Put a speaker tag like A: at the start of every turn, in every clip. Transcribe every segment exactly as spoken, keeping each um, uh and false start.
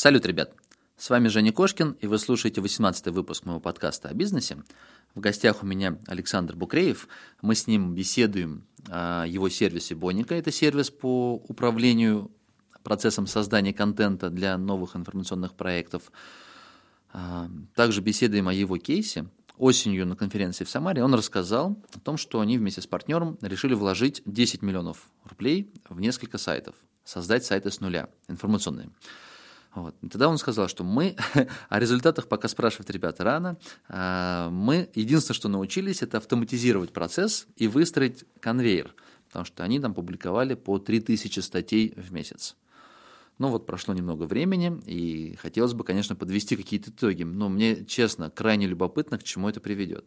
A: Салют, ребят! С вами Женя Кошкин, и вы слушаете восемнадцатый выпуск моего подкаста о бизнесе. В гостях у меня Александр Букреев. Мы с ним беседуем о его сервисе Боника. Это сервис по управлению процессом создания контента для новых информационных проектов. Также беседуем о его кейсе. Осенью на конференции в Самаре он рассказал о том, что они вместе с партнером решили вложить десять миллионов рублей в несколько сайтов, создать сайты с нуля, информационные. Вот. И тогда он сказал, что мы о результатах пока спрашивать ребята рано. Мы единственное, что научились, это автоматизировать процесс и выстроить конвейер, потому что они там публиковали по три тысячи статей в месяц. Ну вот прошло немного времени, и хотелось бы, конечно, подвести какие-то итоги, но мне, честно, крайне любопытно, к чему это приведет.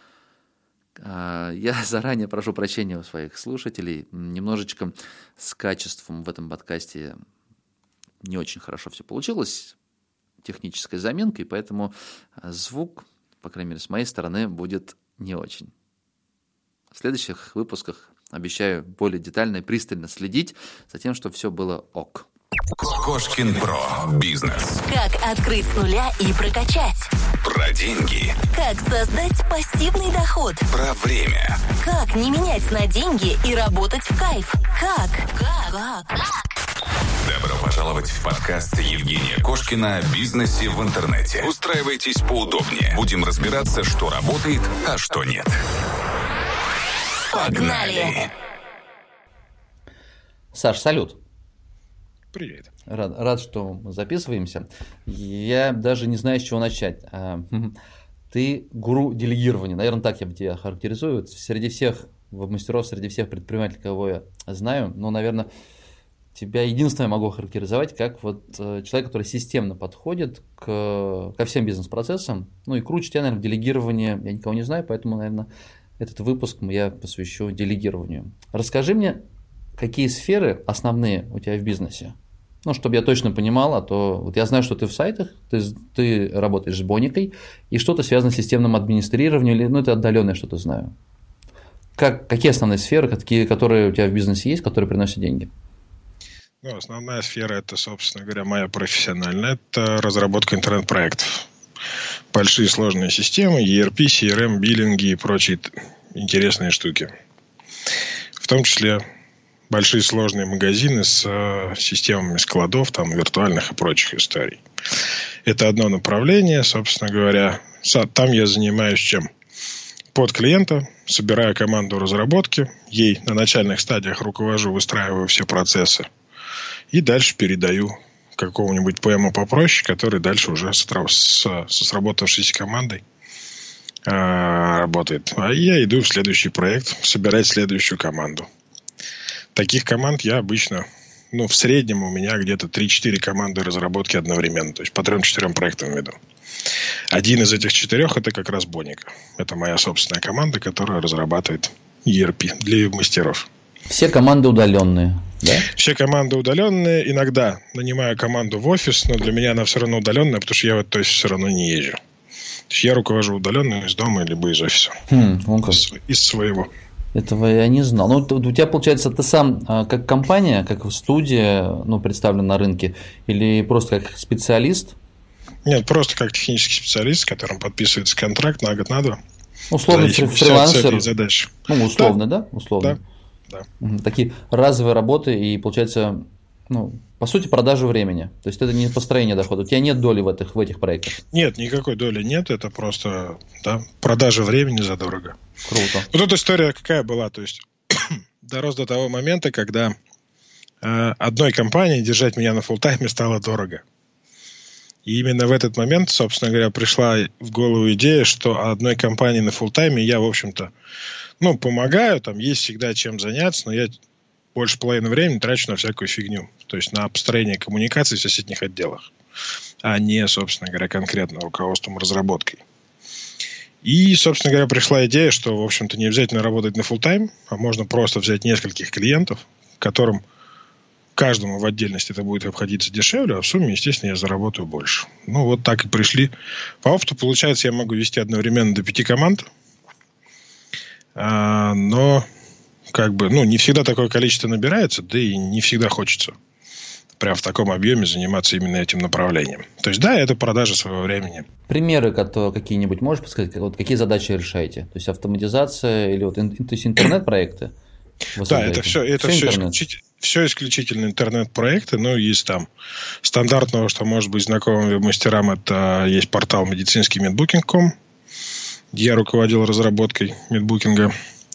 A: Я заранее прошу прощения у своих слушателей, немножечко с качеством в этом подкасте не очень хорошо все получилось, техническая заминка, и поэтому звук, по крайней мере, с моей стороны, будет не очень. В следующих выпусках обещаю более детально и пристально следить за тем, чтобы все было ок.
B: Кошкин Про. Бизнес.
C: Как открыть с нуля и прокачать.
B: Про деньги.
C: Как создать пассивный доход.
B: Про время.
C: Как не менять на деньги и работать в кайф. Как? Как? Как?
B: Добро пожаловать в подкаст Евгения Кошкина о бизнесе в интернете. Устраивайтесь поудобнее. Будем разбираться, что работает, а что нет. Погнали!
A: Саш, салют.
D: Привет.
A: Рад, рад, что мы записываемся. Я даже не знаю, с чего начать. Ты гуру делегирования. Наверное, так я бы тебя характеризую. Среди всех мастеров, среди всех предпринимателей, кого я знаю, ну, наверное, тебя единственное могу характеризовать как вот человек, который системно подходит к, ко всем бизнес-процессам. Ну и круче тебя, наверное, в делегировании я никого не знаю, поэтому, наверное, этот выпуск я посвящу делегированию. Расскажи мне, какие сферы основные у тебя в бизнесе? Ну, чтобы я точно понимал, а то вот я знаю, что ты в сайтах, ты, ты работаешь с Боникой, и что-то связано с системным администрированием, или, ну, это отдаленное что-то знаю. Как, какие основные сферы, какие, которые у тебя в бизнесе есть, которые приносят деньги?
D: Ну, основная сфера, это, собственно говоря, моя профессиональная, это разработка интернет-проектов. Большие сложные системы, и эр пи, си эр эм, биллинги и прочие интересные штуки. В том числе большие сложные магазины с э, системами складов, там, виртуальных и прочих историй. Это одно направление, собственно говоря. Там я занимаюсь чем? Под клиента, собираю команду разработки, ей на начальных стадиях руковожу, выстраиваю все процессы. И дальше передаю какому-нибудь пи эм попроще, который дальше уже с, с, со сработавшейся командой э, работает. А я иду в следующий проект, собирать следующую команду. Таких команд я обычно, ну, в среднем у меня где-то три-четыре команды разработки одновременно. То есть по трем-четырем проектам веду. Один из этих четырех это как раз Боника. Это моя собственная команда, которая разрабатывает и эр пи для мастеров.
A: Все команды удаленные, да?
D: Все команды удаленные. Иногда нанимаю команду в офис, но для меня она все равно удаленная, потому что я в этот офис все равно не езжу. То есть я руковожу удаленно из дома либо из офиса.
A: Хм, он как?
D: Из, из своего.
A: Этого я не знал. Ну, у тебя, получается, ты сам как компания, как студия, ну, представлен на рынке, или просто как специалист?
D: Нет, просто как технический специалист, с которым подписывается контракт на год, на два.
A: Условный фрилансер. Ну, условно, да?
D: да?
A: Условно.
D: Да, да.
A: Такие разовые работы и, получается, ну, по сути, продажа времени. То есть это не построение дохода. У тебя нет доли в этих, в этих проектах?
D: Нет, никакой доли нет. Это просто, да, продажа времени задорого.
A: Круто.
D: Вот эта история какая была. То есть дорос до того момента, когда э, одной компании держать меня на фулл-тайме стало дорого. И именно в этот момент, собственно говоря, пришла в голову идея, что одной компании на фулл-тайме я, в общем-то, ну, помогаю, там есть всегда чем заняться, но я больше половины времени трачу на всякую фигню. То есть на построение коммуникаций в соседних отделах, а не, собственно говоря, конкретно руководством разработкой. И, собственно говоря, пришла идея, что, в общем-то, не обязательно работать на фулл-тайм, а можно просто взять нескольких клиентов, которым каждому в отдельности это будет обходиться дешевле, а в сумме, естественно, я заработаю больше. Ну, вот так и пришли. По опыту, получается, я могу вести одновременно до пяти команд, а, но как бы, ну, не всегда такое количество набирается, да и не всегда хочется. прям в таком объеме заниматься именно этим направлением. То есть, да, это продажа своего времени.
A: Примеры какие-нибудь можешь подсказать? Вот какие задачи решаете? То есть, автоматизация или вот, то есть интернет-проекты?
D: Да, это все, это все, все, исключительно, все исключительно интернет-проекты. Ну, есть там стандартного, что может быть знакомым веб-мастерам, это есть портал медицинский медбукинг точка ком. Я руководил разработкой медбукинга.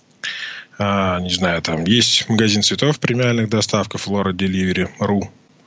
D: А, не знаю, там есть магазин цветов премиальных доставках Flora Delivery точка ру.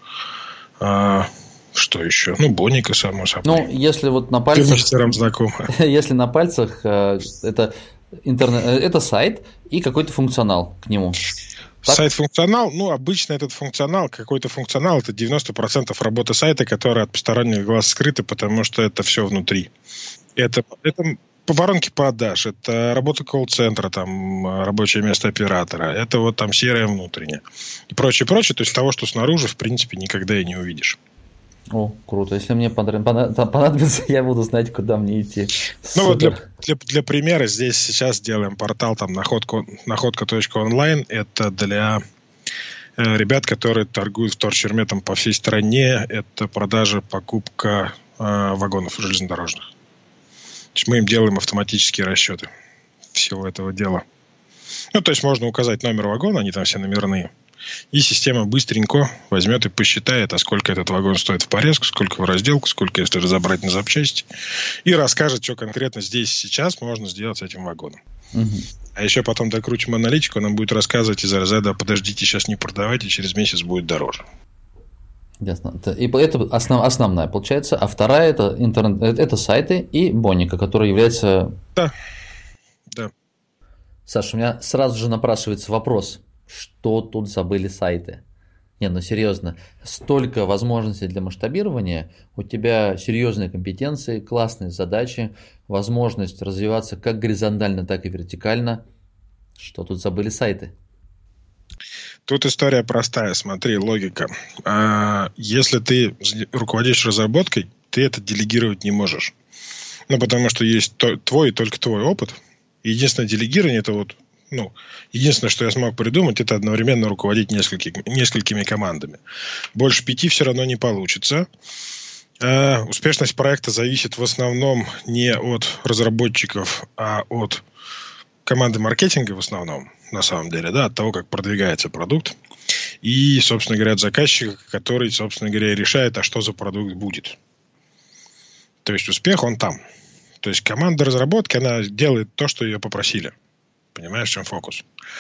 D: А, что еще? Ну, Боника, само собой.
A: Ну, если вот на пальцах...
D: Мастерам знаком.
A: Если на пальцах, это, интернет, это сайт и какой-то функционал к нему.
D: Сайт-функционал, ну, обычно этот функционал, какой-то функционал, это девяносто процентов работы сайта, которая от посторонних глаз скрыта, потому что это все внутри. Это, это воронки продаж, это работа колл-центра, там, рабочее место оператора, это вот там серое внутреннее и прочее, прочее. То есть того, что снаружи, в принципе, никогда и не увидишь.
A: О, круто. Если мне понадобится, я буду знать, куда мне идти.
D: Ну вот для, для, для примера здесь сейчас делаем портал там находка точка онлайн. Это для э, ребят, которые торгуют вторчерметом по всей стране. Это продажа, покупка э, вагонов железнодорожных. То есть мы им делаем автоматические расчеты всего этого дела. Ну, то есть можно указать номер вагона, они там все номерные. И система быстренько возьмет и посчитает, а сколько этот вагон стоит в порезку, сколько в разделку, сколько если разобрать на запчасти. И расскажет, что конкретно здесь сейчас можно сделать с этим вагоном. Угу. А еще потом докрутим аналитику, нам будет рассказывать из разряда: подождите, сейчас не продавайте, через месяц будет дороже.
A: Ясно. И это основ, основная, получается. А вторая это, интернет, это сайты и Боника, которая является...
D: Да. Да.
A: Саша, у меня сразу же напрашивается вопрос. Что тут забыли сайты? Не, ну серьезно, столько возможностей для масштабирования, у тебя серьезные компетенции, классные задачи, возможность развиваться как горизонтально, так и вертикально. Что тут забыли сайты?
D: Тут история простая, смотри, логика. Если ты руководишь разработкой, ты это делегировать не можешь. Ну, потому что есть твой и только твой опыт. Единственное делегирование – это вот Ну, единственное, что я смог придумать, это одновременно руководить несколькими, несколькими командами. Больше пяти все равно не получится. А успешность проекта зависит в основном не от разработчиков, а от команды маркетинга в основном, на самом деле, да, от того, как продвигается продукт. И, собственно говоря, от заказчика, который, собственно говоря, решает, а что за продукт будет. То есть успех, он там. То есть команда разработки, она делает то, что ее попросили. Понимаешь, в чем фокус?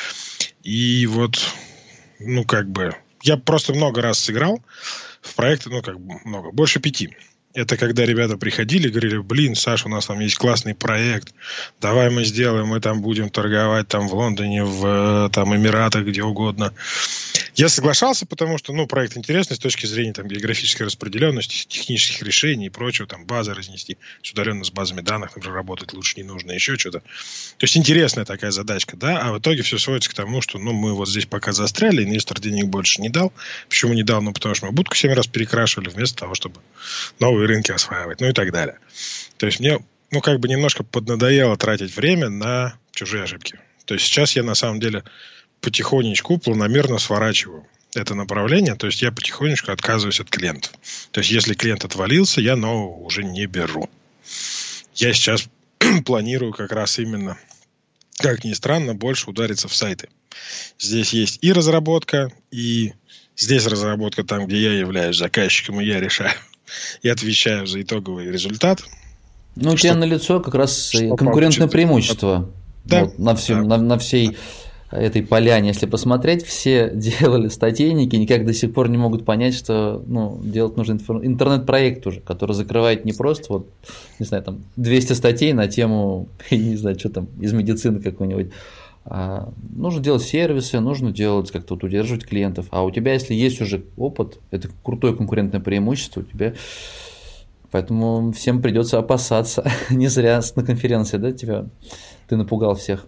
D: И вот, ну, как бы, я просто много раз сыграл в проекты, ну, как бы, много, больше пяти. Это когда ребята приходили и говорили: блин, Саша, у нас там есть классный проект, давай мы сделаем, мы там будем торговать там в Лондоне, в там, Эмиратах, где угодно. Я соглашался, потому что, ну, проект интересный с точки зрения там географической распределенности, технических решений и прочего, там базы разнести, удаленно с базами данных, например, работать лучше не нужно, еще что-то. То есть интересная такая задачка, да, а в итоге все сводится к тому, что, ну, мы вот здесь пока застряли, инвестор денег больше не дал. Почему не дал? Ну, потому что мы будку семь раз перекрашивали вместо того, чтобы новые рынки осваивать, ну и так далее. То есть мне, ну, как бы немножко поднадоело тратить время на чужие ошибки. То есть сейчас я на самом деле потихонечку, планомерно сворачиваю это направление. То есть я потихонечку отказываюсь от клиентов. То есть если клиент отвалился, я нового уже не беру. Я сейчас планирую как раз именно, как ни странно, больше удариться в сайты. Здесь есть и разработка, и здесь разработка там, где я являюсь заказчиком, и я решаю и отвечаю за итоговый результат.
A: Ну, у тебя налицо как раз конкурентное преимущество. Да. Вот, на, всем, да. на, на всей этой поляне, если посмотреть, все делали статейники, никак до сих пор не могут понять, что, ну, делать нужен интернет-проект уже, который закрывает не просто вот, не знаю, там двести статей на тему, я не знаю, что там, из медицины какой-нибудь. А нужно делать сервисы, нужно делать как-то вот удерживать клиентов. А у тебя, если есть уже опыт, это крутое конкурентное преимущество у тебя. Поэтому всем придется опасаться. Не зря на конференции, да, тебя ты напугал всех.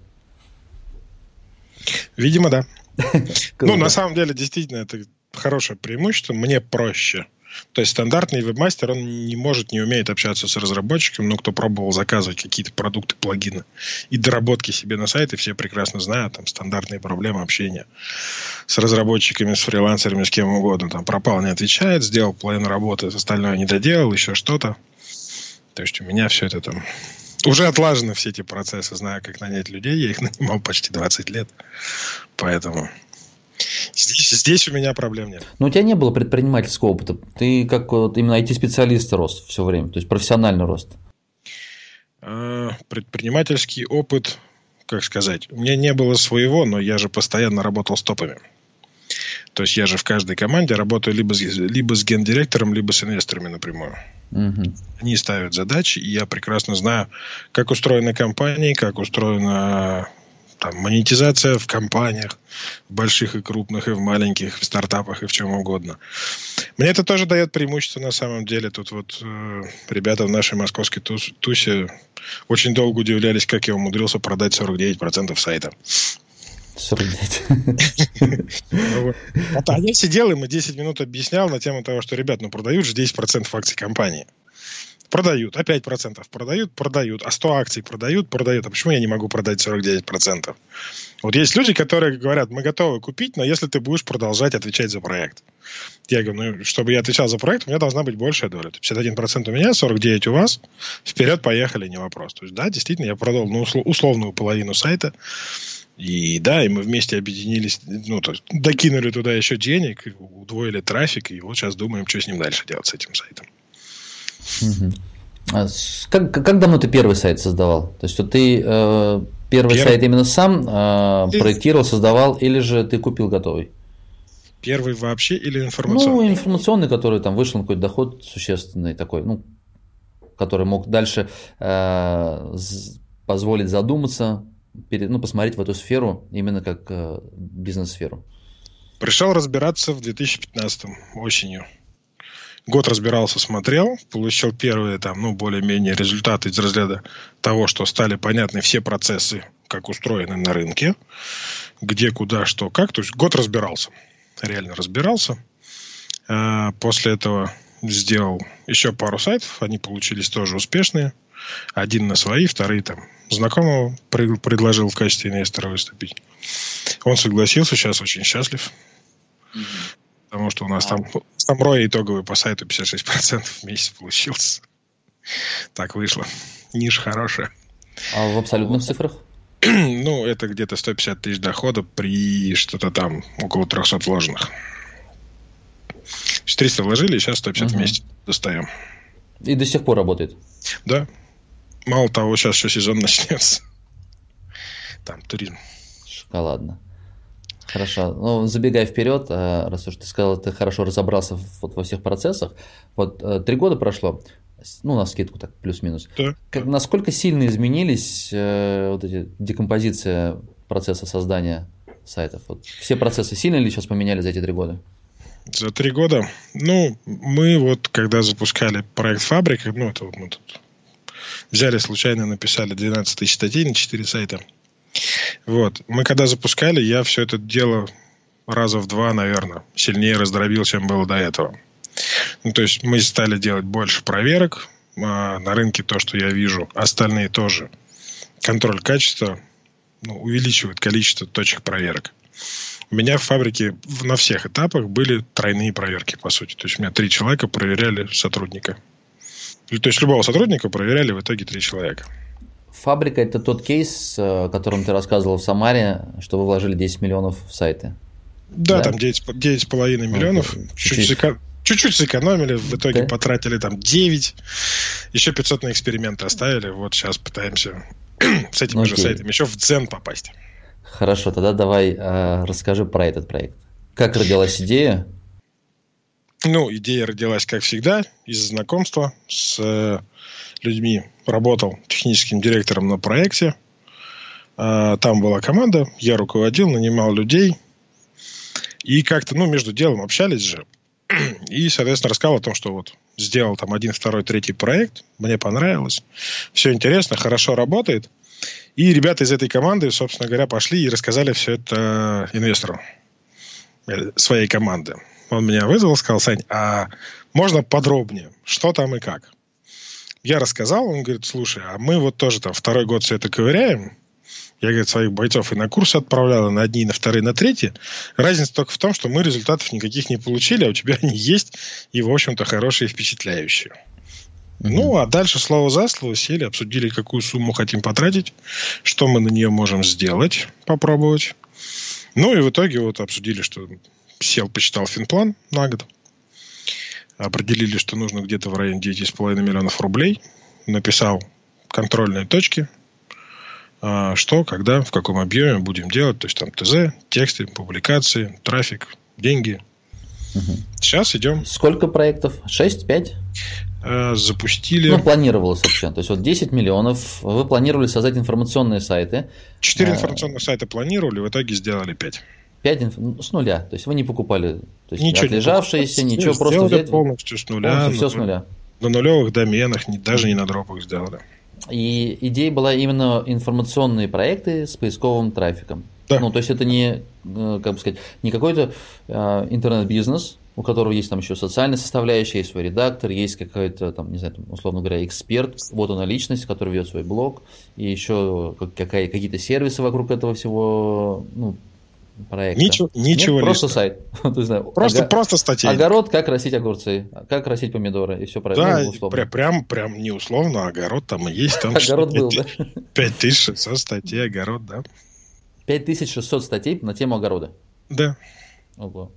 D: Видимо, да. Ну, на самом деле, действительно, это хорошее преимущество. Мне проще То есть стандартный вебмастер, он не может, не умеет общаться с разработчиком, но кто пробовал заказывать какие-то продукты, плагины и доработки себе на сайты, все прекрасно знают, там стандартные проблемы общения с разработчиками, с фрилансерами, с кем угодно. Там пропал, не отвечает, сделал половину работы, остальное не доделал, еще что-то. То есть у меня все это там... Уже отлажены все эти процессы, знаю, как нанять людей, я их нанимал почти двадцать лет, поэтому... Здесь, здесь у меня проблем нет.
A: Но у тебя не было предпринимательского опыта. Ты как вот именно ай ти-специалист рос все время, то есть профессиональный рост.
D: Предпринимательский опыт, как сказать, у меня не было своего, но я же постоянно работал с топами. То есть я же в каждой команде работаю либо с, либо с гендиректором, либо с инвесторами напрямую. Угу. Они ставят задачи, и я прекрасно знаю, как устроены компании, как устроена... Там, монетизация в компаниях, в больших и крупных, и в маленьких, в стартапах, и в чем угодно. Мне это тоже дает преимущество на самом деле. Тут вот э, ребята в нашей московской туз, тусе очень долго удивлялись, как я умудрился продать сорок девять процентов сайта.
A: сорок девять.
D: А я сидел, и мы десять минут объяснял на тему того, что, ребят, ну продают же десять процентов акций компании. Продают, а пять процентов продают, продают, а сто акций продают, продают. А почему я не могу продать сорок девять процентов? Вот есть люди, которые говорят, мы готовы купить, но если ты будешь продолжать отвечать за проект. Я говорю, ну, чтобы я отвечал за проект, у меня должна быть большая доля. пятьдесят один процент у меня, сорок девять процентов у вас. Вперед, поехали, не вопрос. То есть, да, действительно, я продал ну, условную половину сайта. И да, и мы вместе объединились, ну, то есть, докинули туда еще денег, удвоили трафик, и вот сейчас думаем, что с ним дальше делать, с этим сайтом.
A: Угу. А как, как давно ты первый сайт создавал? То есть, вот ты э, первый Первый... сайт именно сам э, проектировал, создавал, или же ты купил готовый?
D: Первый вообще или информационный?
A: Ну, информационный, который там вышел на какой-то доход существенный такой, ну, который мог дальше э, позволить задуматься, перед, ну, посмотреть в эту сферу именно как э, бизнес-сферу.
D: Пришел разбираться в две тысячи пятнадцатом осенью. Год разбирался, смотрел, получил первые там, ну, более-менее результаты из разряда того, что стали понятны все процессы, как устроены на рынке, где, куда, что, как. То есть год разбирался, реально разбирался. После этого сделал еще пару сайтов, они получились тоже успешные. Один на свои, вторые там знакомого предложил в качестве инвестора выступить. Он согласился, сейчас очень счастлив. Потому что у нас там, там рой итоговый по сайту пятьдесят шесть процентов в месяц получился. Так вышло. Ниша хорошая.
A: А в абсолютных цифрах?
D: Ну, это где-то сто пятьдесят тысяч дохода при что-то там около триста вложенных. триста вложили, и сейчас сто пятьдесят угу. в месяц достаем.
A: И до сих пор работает?
D: Да. Мало того, сейчас еще сезон начнется. Там туризм.
A: Шоколадно. Хорошо. Ну, забегая вперед, раз уж ты сказал, ты хорошо разобрался вот во всех процессах. Вот три года прошло, ну, на скидку так, плюс-минус.
D: Да.
A: Как, насколько сильно изменились э, вот эти декомпозиция процесса создания сайтов? Вот все процессы сильно ли сейчас поменяли за эти три года?
D: За три года? Ну, мы вот, когда запускали проект «Фабрика», ну, это вот мы тут взяли случайно, написали двенадцать тысяч статей на четыре сайта. Вот. Мы когда запускали, я все это дело раза в два, наверное, сильнее раздробил, чем было до этого. Ну, то есть мы стали делать больше проверок. А на рынке то, что я вижу, остальные тоже. Контроль качества, ну, увеличивает количество точек проверок. У меня в фабрике на всех этапах были тройные проверки, по сути. То есть у меня три человека проверяли сотрудника. То есть любого сотрудника проверяли в итоге три человека.
A: Фабрика – это тот кейс, о котором ты рассказывал в Самаре, что вы вложили десять миллионов в сайты.
D: Да, да? Там девять с половиной миллионов. Okay. Чуть-чуть, сэко... Чуть-чуть сэкономили, в итоге okay. потратили там девять. Еще пятьсот на эксперименты оставили. Вот сейчас пытаемся с этими okay. же сайтами еще в Дзен попасть.
A: Хорошо, тогда давай э, расскажи про этот проект. Как родилась идея?
D: Ну, идея родилась, как всегда, из знакомства с э, людьми. Работал техническим директором на проекте. Э, там была команда, я руководил, нанимал людей. И как-то, ну, между делом общались же. И, соответственно, рассказал о том, что вот сделал там один, второй, третий проект. Мне понравилось. Все интересно, хорошо работает. И ребята из этой команды, собственно говоря, пошли и рассказали все это инвестору. своей команды. Он меня вызвал, сказал: Сань, а можно подробнее, что там и как? Я рассказал, он говорит: слушай, а мы вот тоже там второй год все это ковыряем. Я, говорит, своих бойцов и на курсы отправлял, и на одни, и на вторые, и на третьи. Разница только в том, что мы результатов никаких не получили, а у тебя они есть, и, в общем-то, хорошие и впечатляющие. Mm-hmm. Ну, а дальше слово за слово сели, обсудили, какую сумму хотим потратить, что мы на нее можем сделать, попробовать. Ну, и в итоге вот обсудили, что сел, посчитал финплан на год. Определили, что нужно где-то в районе девять с половиной миллионов рублей. Написал контрольные точки. Что, когда, в каком объеме будем делать. То есть там ТЗ, тексты, публикации, трафик, деньги.
A: Угу.
D: Сейчас идем.
A: Сколько проектов? шесть, пять?
D: Запустили.
A: Ну, планировалось вообще. То есть вот десять миллионов. Вы планировали создать информационные сайты.
D: Четыре информационных сайта планировали, в итоге сделали пять.
A: Пять инф... с нуля. То есть вы не покупали, то есть
D: ничего
A: отлежавшиеся,
D: не
A: ничего, просто взять.
D: Полностью с нуля.
A: Полностью все с нуля.
D: На нулевых доменах, даже не на дропах сделали.
A: И идея была именно информационные проекты с поисковым трафиком.
D: Да.
A: Ну, то есть это не, как бы сказать, не какой-то э, интернет-бизнес, у которого есть там еще социальная составляющая, есть свой редактор, есть какой-то там, не знаю, там, условно говоря, эксперт, вот она личность, который ведет свой блог, и еще какая, какие-то сервисы вокруг этого всего, ну, проекта.
D: Ничего, ничего.
A: Нет, просто сайт.
D: Просто, ого... просто статья.
A: Огород, как растить огурцы, как растить помидоры, и все правильно.
D: Да,
A: ну, условно.
D: прям, прям не условно, огород там и есть. Там
A: огород был, да?
D: пять тысяч шестьсот статей, огород, да.
A: пять тысяч шестьсот статей на тему огорода?
D: Да.
A: Ого.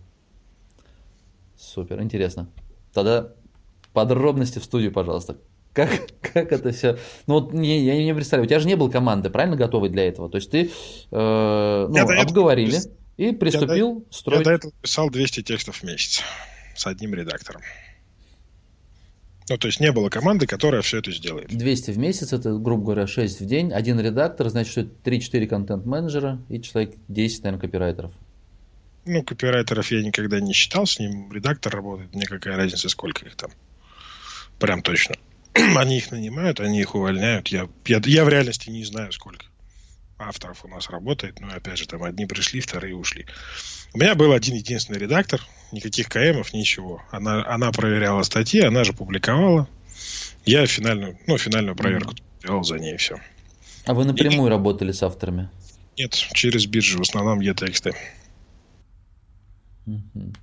A: Супер, интересно. Тогда подробности в студию, пожалуйста. Как, как это все? Ну, вот не, я не представляю, у тебя же не было команды, правильно, готовой для этого? То есть ты э, ну, обговорили этого, и приступил
D: я
A: строить.
D: Я до этого писал двести текстов в месяц с одним редактором. Ну, то есть не было команды, которая все это сделает.
A: двести в месяц, это, грубо говоря, шесть в день. Один редактор, значит, что это три-четыре контент-менеджера и человек десять, наверное, копирайтеров.
D: Ну, копирайтеров я никогда не считал, с ним редактор работает, мне какая разница, сколько их там. Прям точно. Они их нанимают, они их увольняют. Я, я, я в реальности не знаю, сколько авторов у нас работает. Но, опять же, там одни пришли, вторые ушли. У меня был один единственный редактор. Никаких КМов, ничего. Она, она проверяла статьи, она же публиковала. Я финальную, ну, финальную проверку mm-hmm. делал за ней, и все.
A: А вы напрямую
D: и...
A: работали с авторами?
D: Нет, через биржу. В основном e-тексты.
A: Mm-hmm.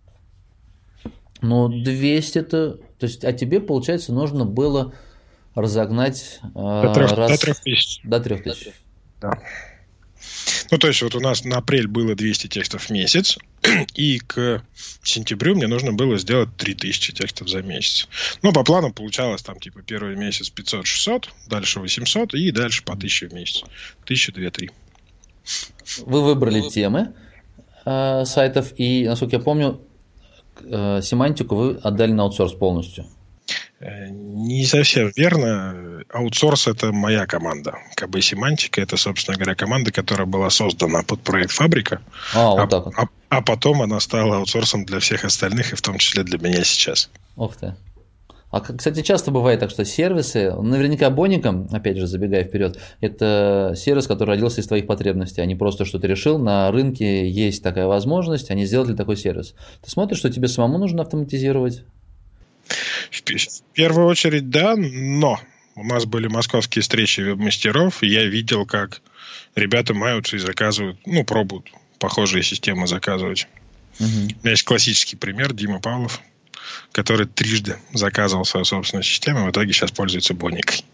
A: Ну, двести-то... То есть, а тебе, получается, нужно было разогнать
D: до трех,
A: раз...
D: до трех тысяч.
A: До трех тысяч.
D: Да. Ну, то есть, вот у нас на апрель было двести текстов в месяц, и к сентябрю мне нужно было сделать три тысячи текстов за месяц. Ну, по плану получалось там, типа, первый месяц пятьсот-шестьсот, дальше восемьсот, и дальше по тысяче в месяц. Тысяча, две, три.
A: Вы выбрали темы э, сайтов, и, насколько я помню, семантику вы отдали на аутсорс полностью.
D: Не совсем верно. Аутсорс – это моя команда. КБ Семантика – это, собственно говоря, команда, которая была создана под проект «Фабрика».
A: А, вот
D: а,
A: так вот.
D: а, а потом она стала аутсорсом для всех остальных, и в том числе для меня сейчас.
A: Ух ты. А, кстати, часто бывает так, что сервисы, наверняка Боником, опять же, забегая вперед, это сервис, который родился из твоих потребностей, а не просто, что ты решил, на рынке есть такая возможность, они сделали такой сервис. Ты смотришь, что тебе самому нужно автоматизировать?
D: В, в первую очередь, да, но у нас были московские встречи веб-мастеров, и я видел, как ребята маются и заказывают, ну, пробуют похожие системы заказывать. Угу. У меня есть классический пример, Дима Павлов, который трижды заказывал свою собственную систему, в итоге сейчас пользуется Боникой.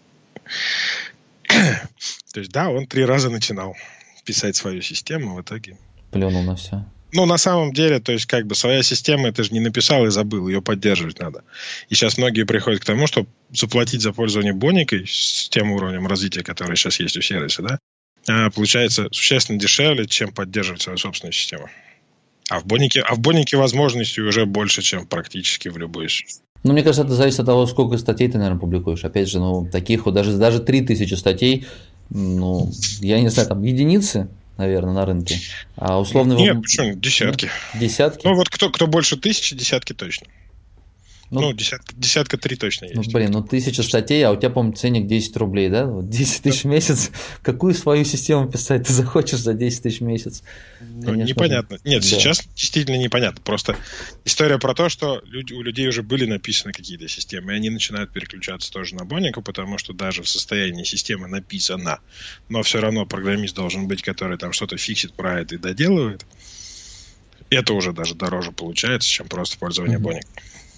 D: То есть, да, он три раза начинал писать свою систему, в итоге...
A: Плюнул на все.
D: Ну, на самом деле, то есть, как бы, своя система, это же не написал и забыл, ее поддерживать надо. И сейчас многие приходят к тому, что заплатить за пользование Боникой с тем уровнем развития, который сейчас есть у сервиса, да, получается существенно дешевле, чем поддерживать свою собственную систему. А в Бонике, а в Бонике возможностей уже больше, чем практически в любой.
A: Ну, мне кажется, это зависит от того, сколько статей ты, наверное, публикуешь. Опять же, ну, таких вот, даже, даже три тысячи статей, ну, я не знаю, там, единицы, наверное, на рынке. А условно...
D: Нет, почему? Десятки.
A: Десятки?
D: Ну, вот кто, кто больше тысячи, десятки точно. Ну, ну десятка, десятка три точно есть.
A: Ну, блин, ну тысяча статей, а у тебя, по-моему, ценник десять рублей, да? Вот десять тысяч в месяц. Какую свою систему писать ты захочешь за десять тысяч в месяц?
D: Ну, конечно, непонятно. Нет, да. Сейчас действительно непонятно. Просто история про то, что люди, у людей уже были написаны какие-то системы, и они начинают переключаться тоже на Бонику, потому что даже в состоянии система написана, но все равно программист должен быть, который там что-то фиксит, правит и доделывает. Это уже даже дороже получается, чем просто пользование mm-hmm. Боникой.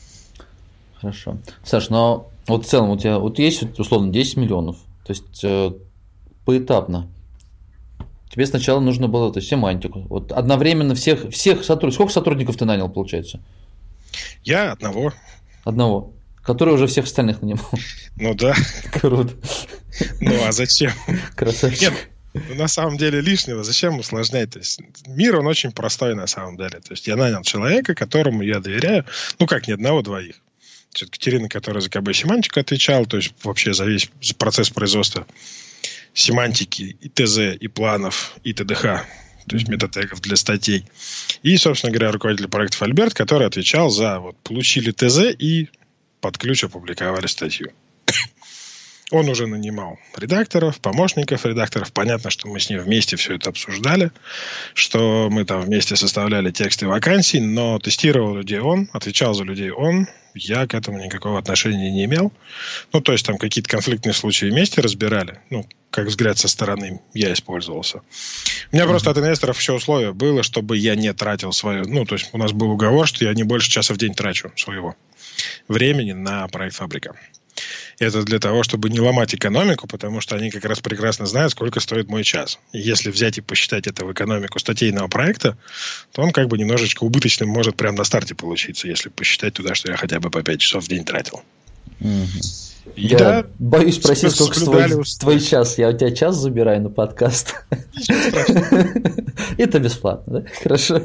A: Хорошо. Саш, но вот в целом у тебя вот есть условно десять миллионов, то есть э, поэтапно. Тебе сначала нужно было то есть, семантику. Вот одновременно всех, всех сотрудников. Сколько сотрудников ты нанял, получается?
D: Я одного.
A: Одного. Который уже всех остальных нанимал.
D: Ну да.
A: Круто.
D: Ну а зачем?
A: Красавчик.
D: Нет, на самом деле лишнего. Зачем усложнять? То есть, мир, он очень простой на самом деле. То есть я нанял человека, которому я доверяю. Ну как, не одного, двоих. Катерина, которая за КБ семантику отвечала, то есть вообще за весь процесс производства семантики, и ТЗ, и планов, и ТДХ, то есть метатегов для статей. И, собственно говоря, руководитель проектов Альберт, который отвечал за вот получили ТЗ и под ключ опубликовали статью. Он уже нанимал редакторов, помощников редакторов. Понятно, что мы с ним вместе все это обсуждали, что мы там вместе составляли тексты вакансий, но тестировал людей он, отвечал за людей он. Я к этому никакого отношения не имел. Ну, то есть, там какие-то конфликтные случаи вместе разбирали. Ну, как взгляд со стороны я использовался. У меня mm-hmm. просто от инвесторов еще условие было, чтобы я не тратил свое... Ну, то есть, у нас был уговор, что я не больше часа в день трачу своего времени на проект «Фабрика». Это для того, чтобы не ломать экономику, потому что они как раз прекрасно знают, сколько стоит мой час. И если взять и посчитать это в экономику статейного проекта, то он как бы немножечко убыточным может прямо на старте получиться, если посчитать туда, что я хотя бы по пять часов в день тратил.
A: Mm-hmm. Я да, боюсь спросить, сколько стоит твой час. Я у тебя час забираю на подкаст. Это бесплатно, да? Хорошо.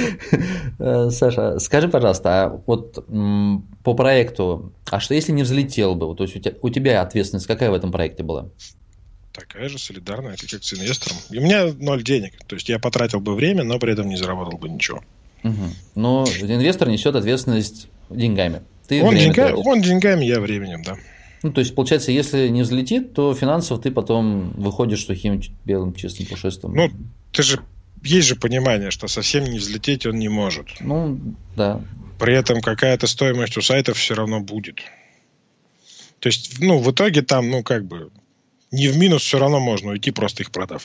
A: Саша, скажи, пожалуйста, а вот по проекту, а что если не взлетел бы? То есть у тебя, у тебя ответственность какая в этом проекте была?
D: Такая же, солидарная, как с инвестором. И у меня ноль денег. То есть я потратил бы время, но при этом не заработал бы ничего.
A: Угу. Но инвестор несет ответственность деньгами. Ты
D: он, деньга... он деньгами, я временем, да.
A: Ну, то есть, получается, если не взлетит, то финансово ты потом выходишь сухим белым чистым пушистым.
D: Ну, ты же есть же понимание, что совсем не взлететь он не может.
A: Ну, да.
D: При этом какая-то стоимость у сайтов все равно будет. То есть, ну, в итоге там, ну, как бы, не в минус все равно можно уйти, просто их продав.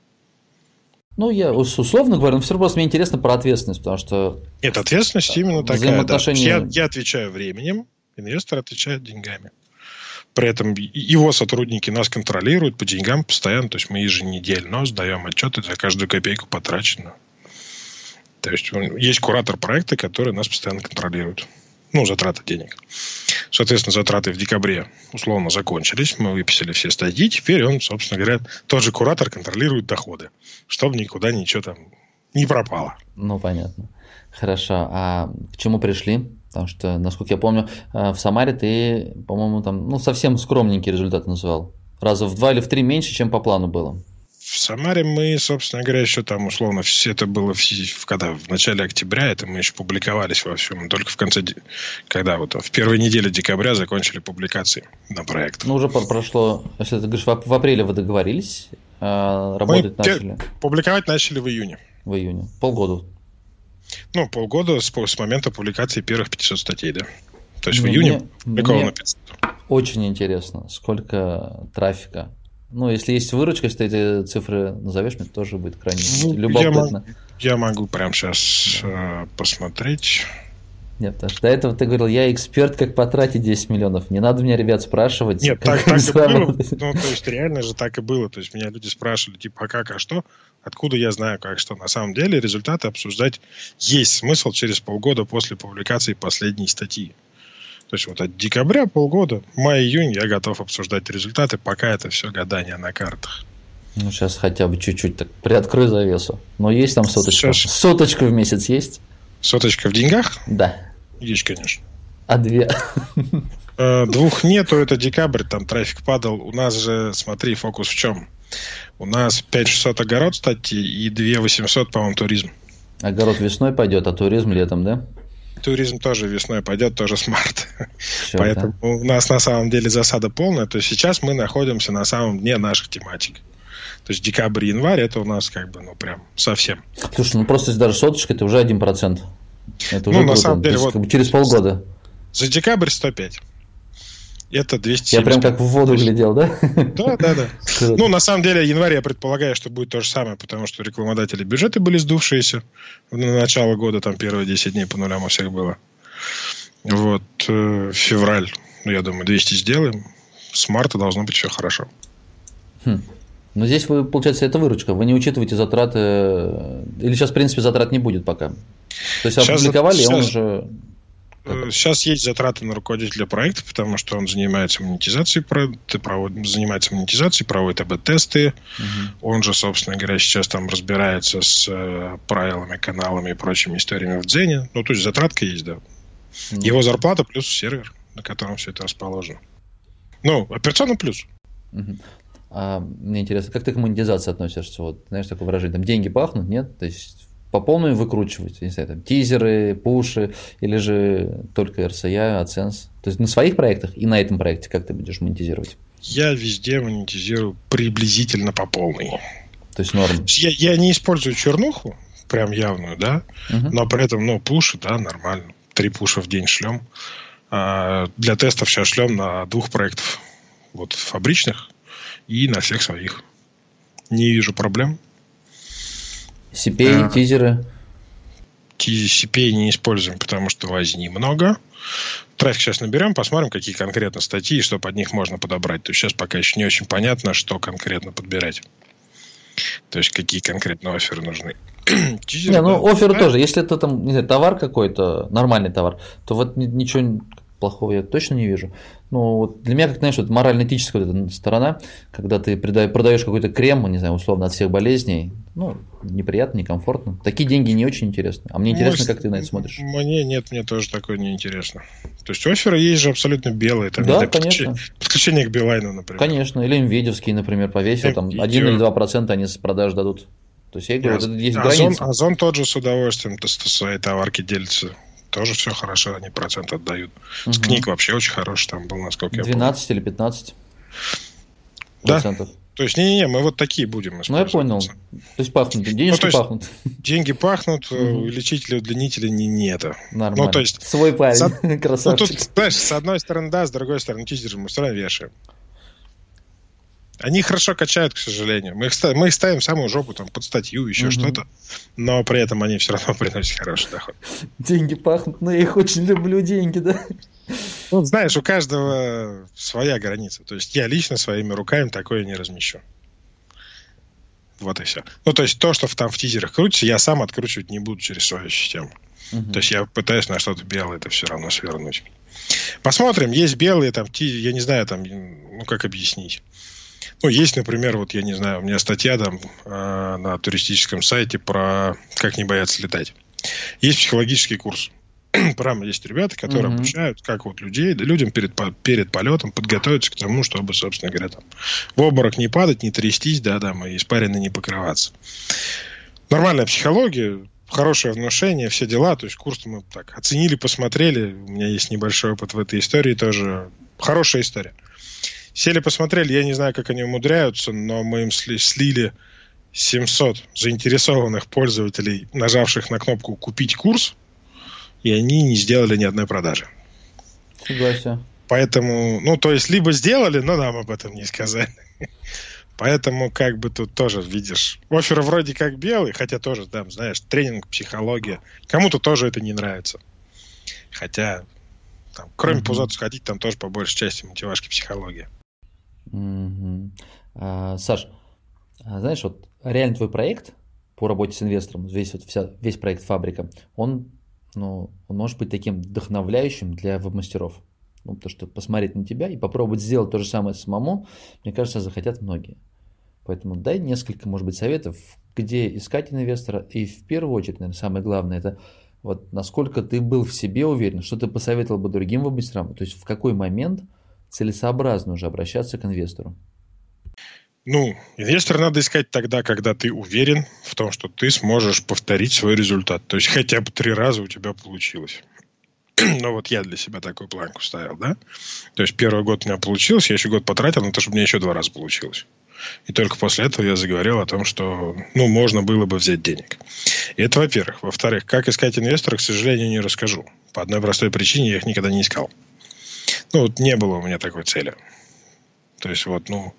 A: Ну, я условно говорю, но все равно просто мне интересно про ответственность, потому что...
D: Нет, ответственность именно такая, взаимоотношения... да. Я, я отвечаю временем, инвестор отвечает деньгами. При этом его сотрудники нас контролируют по деньгам постоянно, то есть мы еженедельно сдаем отчеты за каждую копейку потраченную. То есть есть куратор проекта, который нас постоянно контролирует. Ну, затраты денег. Соответственно, затраты в декабре условно закончились, мы выписали все статьи, теперь он, собственно говоря, тот же куратор контролирует доходы, чтобы никуда ничего там не пропало.
A: Ну, понятно. Хорошо. А к чему пришли? Потому что, насколько я помню, в Самаре ты, по-моему, там, ну, совсем скромненькие результаты называл. Раза в два или в три меньше, чем по плану было.
D: В Самаре мы, собственно говоря, еще там, условно, все это было в, когда, в начале октября, это мы еще публиковались во всем. Только в конце, когда вот в первой неделе декабря закончили публикации на проект.
A: Ну, уже прошло, если ты говоришь, в апреле вы договорились, работать мы начали?
D: Публиковать начали в июне.
A: В июне. Полгода.
D: Ну, полгода с, с момента публикации первых пятисот статей, да. То есть ну, в июне опубликовано пятьсот.
A: Очень интересно, сколько трафика. Ну, если есть выручка, если ты эти цифры назовешь, мне тоже будет крайне ну, любопытно.
D: Я, я могу прямо сейчас да. э, посмотреть.
A: Нет, потому что до этого ты говорил, я эксперт, как потратить десять миллионов. Не надо меня, ребят, спрашивать.
D: Нет, так, так и было. Ну, то есть, реально же так и было. То есть, меня люди спрашивали, типа, а как, а что? Откуда я знаю, как, что? На самом деле, результаты обсуждать есть смысл через полгода после публикации последней статьи. То есть, вот от декабря полгода, май-июнь я готов обсуждать результаты, пока это все гадание на картах.
A: Ну, сейчас хотя бы чуть-чуть так приоткрой завесу. Но есть там соточка? Сейчас... Соточка в месяц есть?
D: Соточка в деньгах?
A: Да.
D: Есть, конечно.
A: А две?
D: Двух нету, это декабрь, там трафик падал. У нас же, смотри, фокус в чем? У нас пять тысяч шестьсот огород статьи и две тысячи восемьсот, по-моему, туризм.
A: Огород весной пойдет, а туризм летом, да?
D: Туризм тоже весной пойдет, тоже смарт. Поэтому у нас на самом деле засада полная. То есть сейчас мы находимся на самом дне наших тематик. То есть декабрь, январь это у нас как бы, ну, прям совсем.
A: Слушай, ну просто даже соточка это уже один процент. Это уже
D: ну,
A: круто.
D: На самом деле,
A: есть,
D: вот
A: через полгода.
D: За декабрь сто пять. Это двести семьдесят.
A: Я прям как в воду глядел, да?
D: Да, да, да. Ну, на самом деле, январь я предполагаю, что будет то же самое, потому что рекламодатели бюджеты были сдувшиеся. На начало года, там, первые десять дней по нулям у всех было. Вот. Февраль, ну, я думаю, двести сделаем. С марта должно быть все хорошо.
A: Хм. Но здесь, вы, получается, это выручка. Вы не учитываете затраты... Или сейчас, в принципе, затрат не будет пока? То есть, сейчас, опубликовали, сейчас... и он уже...
D: Сейчас есть затраты на руководителя проекта, потому что он занимается монетизацией, проводит, занимается монетизацией, проводит эй-би-тесты. Угу. Он же, собственно говоря, сейчас там разбирается с правилами, каналами и прочими историями в Дзене. Ну, то есть затратка есть, да. Угу. Его зарплата плюс сервер, на котором все это расположено. Ну, операционный плюс.
A: Угу. А мне интересно, как ты к монетизации относишься? Вот, знаешь, такое выражение, там деньги пахнут, нет? То есть по полной выкручивать, не знаю, там, тизеры, пуши, или же только эр эс ай, AdSense. То есть на своих проектах и на этом проекте как ты будешь монетизировать?
D: Я везде монетизирую приблизительно по полной.
A: То есть норм.
D: Я, я не использую чернуху, прям явную, да, угу. но при этом, ну, пуши, да, нормально. Три пуша в день шлем. А для тестов сейчас шлем на двух проектов, вот фабричных и на всех своих. Не вижу проблем.
A: си пи эй, а, тизеры?
D: си пи эй не используем, потому что возни много. Трафик сейчас наберем, посмотрим, какие конкретно статьи и что под них можно подобрать. То есть сейчас пока еще не очень понятно, что конкретно подбирать. То есть какие конкретно офферы нужны.
A: Тизеры, не, ну да, офферы да? тоже. Если это там, не знаю, товар какой-то, нормальный товар, то вот ничего плохого я точно не вижу. Ну, вот для меня, как, знаешь, вот морально-этическая вот эта сторона, когда ты продаешь какой-то крем, не знаю, условно, от всех болезней, ну, неприятно, некомфортно. Такие деньги не очень интересны. А мне интересно, Мой, как ты на это смотришь.
D: Мне нет, мне тоже такое не интересно. То есть офферы есть же абсолютно белые. Там,
A: да,
D: знаю,
A: конечно.
D: Подключение, подключение к Билайну, например.
A: Конечно, или Nvidia, например, повесил, там один или два процента они с продаж дадут. То есть я говорю, вот это есть граница.
D: Озон тот же с удовольствием свои товарки делится. Тоже все хорошо, они процент отдают. Угу. С книг вообще очень хороший там был, насколько я помню.
A: двенадцать или пятнадцать
D: процентов. Да? То есть, не-не-не, мы вот такие будем использовать.
A: Ну, я понял. То есть, пахнут, денежки ну, пахнут.
D: Деньги пахнут, угу. Увеличители, удлинители не, не это.
A: Нормально.
D: Ну, то есть,
A: свой парень, за... красавчик.
D: Ну, тут, знаешь, с одной стороны, да, с другой стороны, тизер мы все равно вешаем. Они хорошо качают, к сожалению. Мы их, ставим, мы их ставим в самую жопу, там, под статью, еще угу. что-то. Но при этом они все равно приносят хороший доход.
A: Деньги пахнут, но я их очень люблю, деньги, да?
D: Ну, знаешь, у каждого своя граница. То есть я лично своими руками такое не размещу. Вот и все. Ну, то есть то, что там в тизерах крутится, я сам откручивать не буду через свою систему. Угу. То есть я пытаюсь на что-то белое это все равно свернуть. Посмотрим. Есть белые, там, я не знаю, там, ну, как объяснить. Ну, есть, например, вот, я не знаю, у меня статья там э, на туристическом сайте про как не бояться летать. Есть психологический курс. Прямо есть ребята, которые uh-huh. обучают, как вот людей, да, людям перед, перед полетом подготовиться к тому, чтобы, собственно говоря, там, в обморок не падать, не трястись, да, там, и испаренно не покрываться. Нормальная психология, хорошее внушение, все дела. То есть курс мы так оценили, посмотрели. У меня есть небольшой опыт в этой истории тоже. Хорошая история. Сели, посмотрели, я не знаю, как они умудряются, но мы им слили семьсот заинтересованных пользователей, нажавших на кнопку «Купить курс», и они не сделали ни одной продажи.
A: Согласен.
D: Поэтому, ну, то есть, либо сделали, но нам об этом не сказали. Поэтому, как бы тут тоже, видишь, офферы вроде как белые, хотя тоже, там, знаешь, тренинг, психология. Кому-то тоже это не нравится. Хотя, там, кроме mm-hmm. пузота сходить, там тоже по большей части мотивашки психология.
A: Mm-hmm. А, Саш, а, знаешь, вот реально твой проект по работе с инвестором, весь, вот, вся, весь проект «Фабрика», он, ну, он может быть таким вдохновляющим для веб-мастеров. Ну, потому что посмотреть на тебя и попробовать сделать то же самое самому, мне кажется, захотят многие. Поэтому дай несколько, может быть, советов, где искать инвестора. И в первую очередь, наверное, самое главное, это вот насколько ты был в себе уверен, что ты посоветовал бы другим веб-мастерам. То есть в какой момент целесообразно уже обращаться к инвестору?
D: Ну, инвестора надо искать тогда, когда ты уверен в том, что ты сможешь повторить свой результат. То есть хотя бы три раза у тебя получилось. Ну, вот я для себя такую планку ставил, да? То есть первый год у меня получилось, я еще год потратил на то, чтобы мне еще два раза получилось. И только после этого я заговорил о том, что, ну, можно было бы взять денег. И это, во-первых. Во-вторых, как искать инвестора, к сожалению, не расскажу. По одной простой причине я их никогда не искал. Ну, вот не было у меня такой цели. То есть, вот, ну...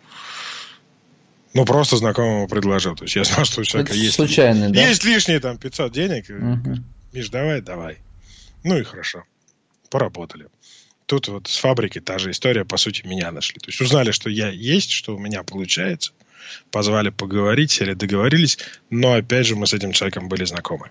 D: Ну, просто знакомому предложил. То есть, я знал, что у человека есть...
A: Случайный, да?
D: Есть лишние там пятьсот денег.
A: Угу.
D: Миш, давай, давай. Ну, и хорошо. Поработали. Тут вот с фабрики та же история, по сути, меня нашли. То есть, узнали, что я есть, что у меня получается. Позвали поговорить, сели, договорились. Но, опять же, мы с этим человеком были знакомы.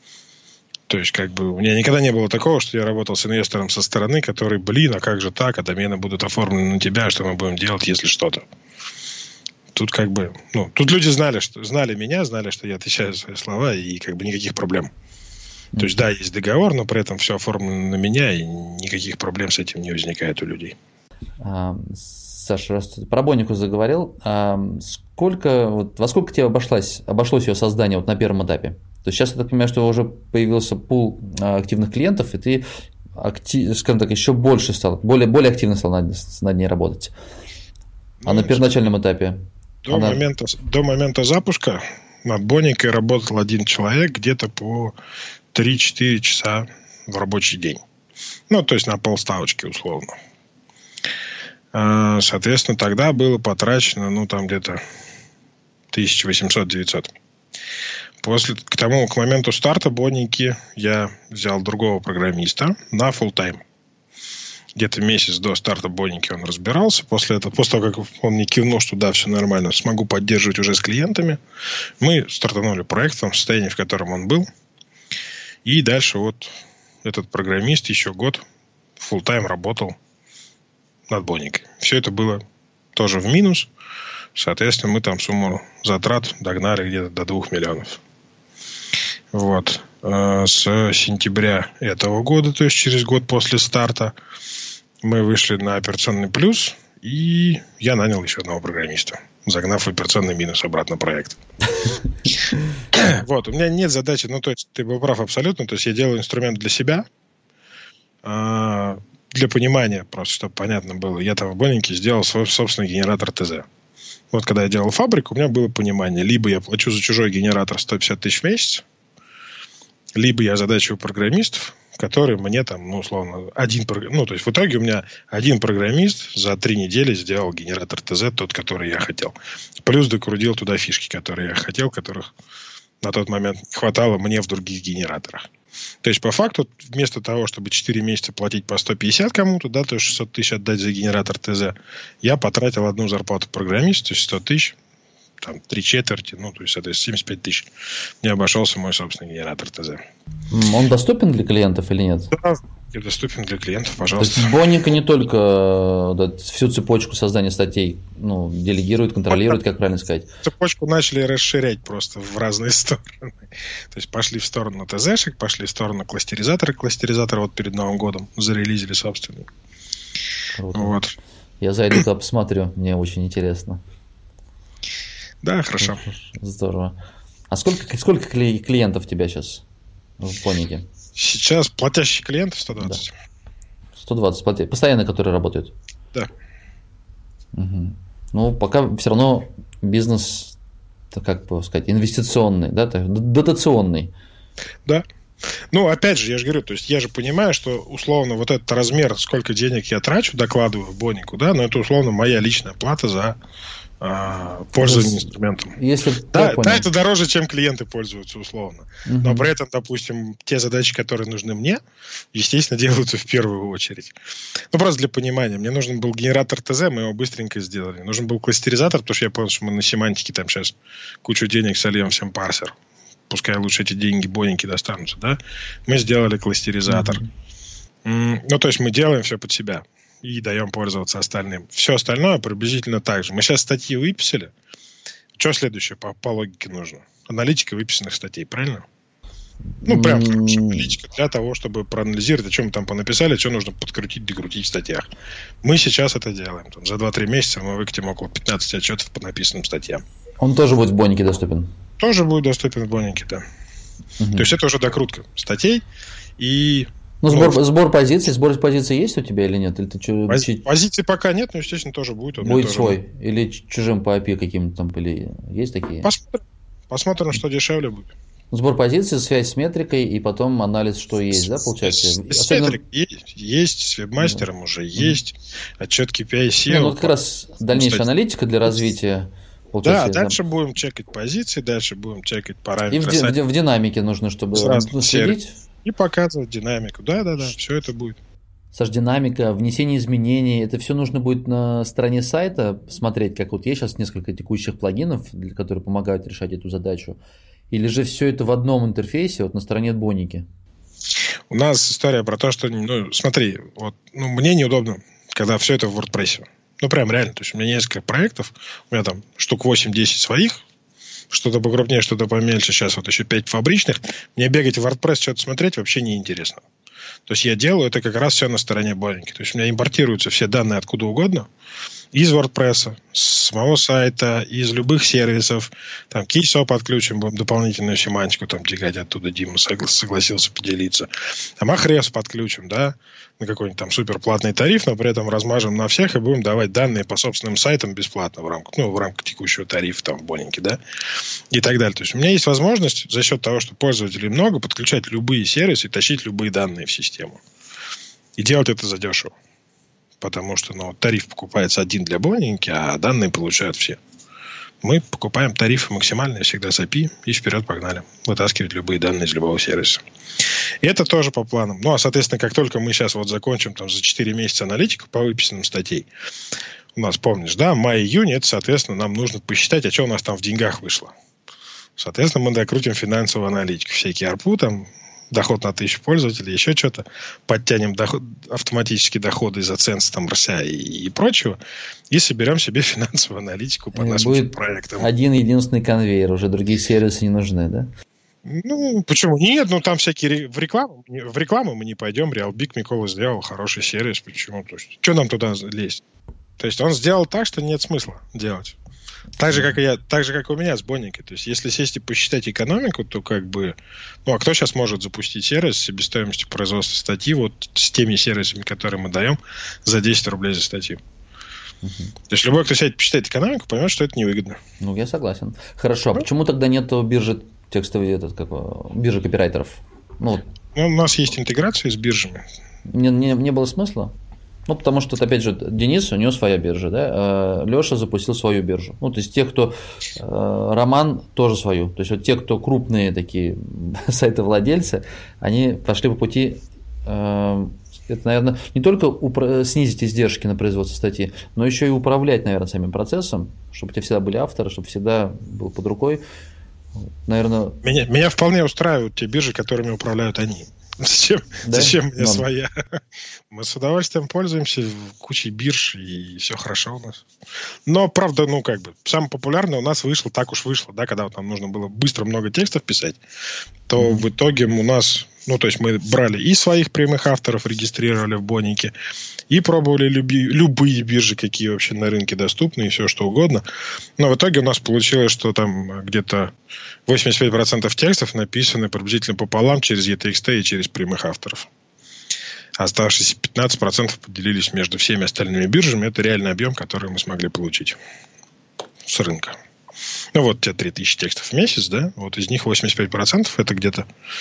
D: То есть, как бы, у меня никогда не было такого, что я работал с инвестором со стороны, который, блин, а как же так, а домены будут оформлены на тебя, что мы будем делать, если что-то. Тут как бы, ну, тут люди знали, что, знали меня, знали, что я отвечаю за свои слова, и как бы никаких проблем. Mm-hmm. То есть, да, есть договор, но при этом все оформлено на меня, и никаких проблем с этим не возникает у людей.
A: А, Саша, раз ты про Бонику заговорил, а сколько, вот, во сколько тебе обошлось, обошлось ее создание вот на первом этапе? То есть сейчас я так понимаю, что уже появился пул активных клиентов, и ты, актив, скажем так, еще больше стал, более, более активно стал над, над ней работать. А ну, на первоначальном этапе?
D: До, она... момента, до момента запуска над Боникой работал один человек где-то по три-четыре часа в рабочий день. Ну, то есть на полставочки условно. Соответственно, тогда было потрачено, ну, там где-то тысяча восемьсот - девятьсот. После, к тому, к моменту старта Боники я взял другого программиста на фулл-тайм. Где-то месяц до старта Боники он разбирался. После этого, после того, как он мне кивнул, что да, все нормально, смогу поддерживать уже с клиентами, мы стартанули проект в том состоянии, в котором он был. И дальше вот этот программист еще год фулл-тайм работал над Боникой. Все это было тоже в минус. Соответственно, мы там сумму затрат догнали где-то до двух миллионов. Вот. С сентября этого года, то есть через год после старта, мы вышли на операционный плюс, и я нанял еще одного программиста, загнав в операционный минус обратно проект. Вот, у меня нет задачи, ну, то есть, ты был прав абсолютно, то есть, я делаю инструмент для себя, для понимания, просто, чтобы понятно было, я там в Бонике сделал свой собственный генератор ТЗ. Вот, когда я делал фабрику, у меня было понимание, либо я плачу за чужой генератор сто пятьдесят тысяч в месяц, либо я задачиваю программистов, которые мне там, ну, условно, один... Ну, то есть, в итоге у меня один программист за три недели сделал генератор ТЗ, тот, который я хотел. Плюс докрутил туда фишки, которые я хотел, которых на тот момент не хватало мне в других генераторах. То есть, по факту, вместо того, чтобы четыре месяца платить по сто пятьдесят кому-то, да, то есть шестьсот тысяч отдать за генератор ТЗ, я потратил одну зарплату программиста, то есть сто тысяч, там, три четверти, ну, то есть, соответственно, семьдесят пять тысяч. Мне обошелся мой собственный генератор ТЗ.
A: Он доступен для клиентов или нет?
D: Да, доступен для клиентов, пожалуйста.
A: То есть, Боника не только да, всю цепочку создания статей ну, делегирует, контролирует, как правильно сказать.
D: Цепочку начали расширять просто в разные стороны. То есть, пошли в сторону ТЗшек, пошли в сторону кластеризатора. Кластеризатор вот перед Новым годом зарелизили собственный.
A: Круто.
D: Вот.
A: Я зайду туда посмотрю, мне очень интересно.
D: Да, хорошо.
A: Здорово. А сколько, сколько клиентов у тебя сейчас в Бонике?
D: Сейчас платящих клиентов сто двадцать.
A: Да. сто двадцать платящих. Постоянно, которые работают?
D: Да.
A: Угу. Ну, пока все равно бизнес, как бы сказать, инвестиционный, да, дотационный.
D: Да. Ну, опять же, я же говорю, то есть я же понимаю, что условно вот этот размер, сколько денег я трачу, докладываю в Бонику, да, но это условно моя личная плата за а, пользование есть, инструментом.
A: Если
D: да, да, это дороже, чем клиенты пользуются условно. Угу. Но при этом, допустим, те задачи, которые нужны мне, естественно, делаются в первую очередь. Ну, просто для понимания. Мне нужен был генератор ТЗ, мы его быстренько сделали. Нужен был кластеризатор, потому что я понял, что мы на семантике там сейчас кучу денег сольем всем парсер. Пускай лучше эти деньги Боники достанутся, да? Мы сделали кластеризатор. Mm-hmm. Ну, то есть мы делаем все под себя и даем пользоваться остальным. Все остальное приблизительно так же. Мы сейчас статьи выписали. Что следующее по, по логике нужно? Аналитика выписанных статей, правильно? Ну, прям хорошая аналитика для того, чтобы проанализировать, о чем мы там понаписали, что нужно подкрутить, докрутить в статьях. Мы сейчас это делаем. Там, за два-три месяца мы выкатим около пятнадцать отчетов по написанным статьям.
A: Он тоже будет в Бонике доступен?
D: Тоже будет доступен в Бонике, да. Угу. То есть это уже докрутка статей и...
A: Ну, сбор, ну, сбор позиций, сбор позиций есть у тебя или нет? Или ты что,
D: пози-
A: чи...
D: Позиций пока нет, но, естественно, тоже будет. Он
A: будет
D: тоже...
A: свой? Или чужим по эй пи ай каким-то там? Или есть такие?
D: Посмотрим, Посмотрим, что дешевле будет.
A: Сбор позиций, связь с метрикой и потом анализ, что есть, да, получается?
D: С, с
A: Особенно...
D: метрик есть, есть, с вебмастером да. уже mm-hmm. есть, отчет кей пи ай сео.
A: Ну, вот как раз дальнейшая статьи. Аналитика для развития.
D: Да, дальше да. будем чекать позиции, дальше будем чекать параметры.
A: И в, ди- в динамике нужно, чтобы следить.
D: И показывать динамику. Да, да, да, все это будет.
A: Саш, динамика, внесение изменений, это все нужно будет на стороне сайта смотреть, как вот есть сейчас несколько текущих плагинов, которые помогают решать эту задачу. Или же все это в одном интерфейсе, вот на стороне Боники?
D: У нас история про то, что, ну, смотри, вот, ну, мне неудобно, когда все это в WordPress. Ну, прям реально. То есть у меня несколько проектов, у меня там штук восемь-десять своих, что-то покрупнее, что-то помельче. Сейчас вот еще пять фабричных. Мне бегать в WordPress, что-то смотреть вообще неинтересно. То есть я делаю это как раз все на стороне Боники. То есть у меня импортируются все данные откуда угодно. Из WordPress, с самого сайта, из любых сервисов. Там кейсо подключим, будем дополнительную семантику там тягать оттуда. Дима согласился поделиться. Там Ahrefs подключим, да, на какой-нибудь там суперплатный тариф, но при этом размажем на всех и будем давать данные по собственным сайтам бесплатно в рамках, ну, в рамках текущего тарифа там в Бонике, да, и так далее. То есть у меня есть возможность за счет того, что пользователей много, подключать любые сервисы и тащить любые данные в систему. И делать это задешево. Потому что ну, тариф покупается один для Боники, а данные получают все. Мы покупаем тарифы максимальные всегда с эй пи и вперед погнали. Вытаскивать любые данные из любого сервиса. И это тоже по планам. Ну, а, соответственно, как только мы сейчас вот закончим там, за четыре месяца аналитику по выписанным статей, у нас, помнишь, да, май-июнь, это, соответственно, нам нужно посчитать, а что у нас там в деньгах вышло. Соответственно, мы докрутим финансовую аналитику. Всякие эй ар пи, там, доход на тысячу пользователей, еще что-то. Подтянем доход, автоматически доходы из оценки там, эр эс эй и, и прочего. И соберем себе финансовую аналитику по нашим
A: будет
D: проектам.
A: Один единственный конвейер. Уже другие сервисы не нужны, да?
D: Ну, почему? Нет, ну там всякие в рекламу. В рекламу мы не пойдем. RealBig Микола сделал хороший сервис. Почему? То есть, что нам туда лезть? То есть он сделал так, что нет смысла делать. Так же, как и я, так же, как и у меня с Боникой. То есть, если сесть и посчитать экономику, то как бы... Ну, а кто сейчас может запустить сервис с себестоимостью производства статьи вот с теми сервисами, которые мы даем за десять рублей за статью? Uh-huh. То есть, любой, кто сядет посчитать экономику, поймет, что это невыгодно.
A: Ну, я согласен. Хорошо. А ну? Почему тогда нет биржи текстовой, этот, как, биржи копирайтеров? Ну,
D: ну, у нас есть интеграция с биржами.
A: Не, не, не было смысла? Ну, потому что, опять же, Денис, у него своя биржа, да, Леша запустил свою биржу. Ну, то есть, те, кто... Роман тоже свою. То есть, вот те, кто крупные такие сайтовладельцы, они пошли по пути... Это, наверное, не только упро- снизить издержки на производство статьи, но еще и управлять, наверное, самим процессом, чтобы у тебя всегда были авторы, чтобы всегда был под рукой. Наверное...
D: Меня, меня вполне устраивают те биржи, которыми управляют они. Зачем, да? Зачем мне Мам. своя? Мы с удовольствием пользуемся кучей бирж, и все хорошо у нас. Но, правда, ну, как бы, самое популярное у нас вышло, так уж вышло, да, когда вот нам нужно было быстро много текстов писать, то mm-hmm. в итоге у нас, ну, то есть мы брали и своих прямых авторов, регистрировали в Бонике, и пробовали люби, любые биржи, какие вообще на рынке доступны, и все что угодно. Но в итоге у нас получилось, что там где-то восемьдесят пять процентов текстов написаны приблизительно пополам через и ти экс ти и через прямых авторов. Оставшиеся пятнадцать процентов поделились между всеми остальными биржами. Это реальный объем, который мы смогли получить с рынка. Ну, вот у тебя три тысячи текстов в месяц, да? Вот из них восемьдесят пять процентов это где-то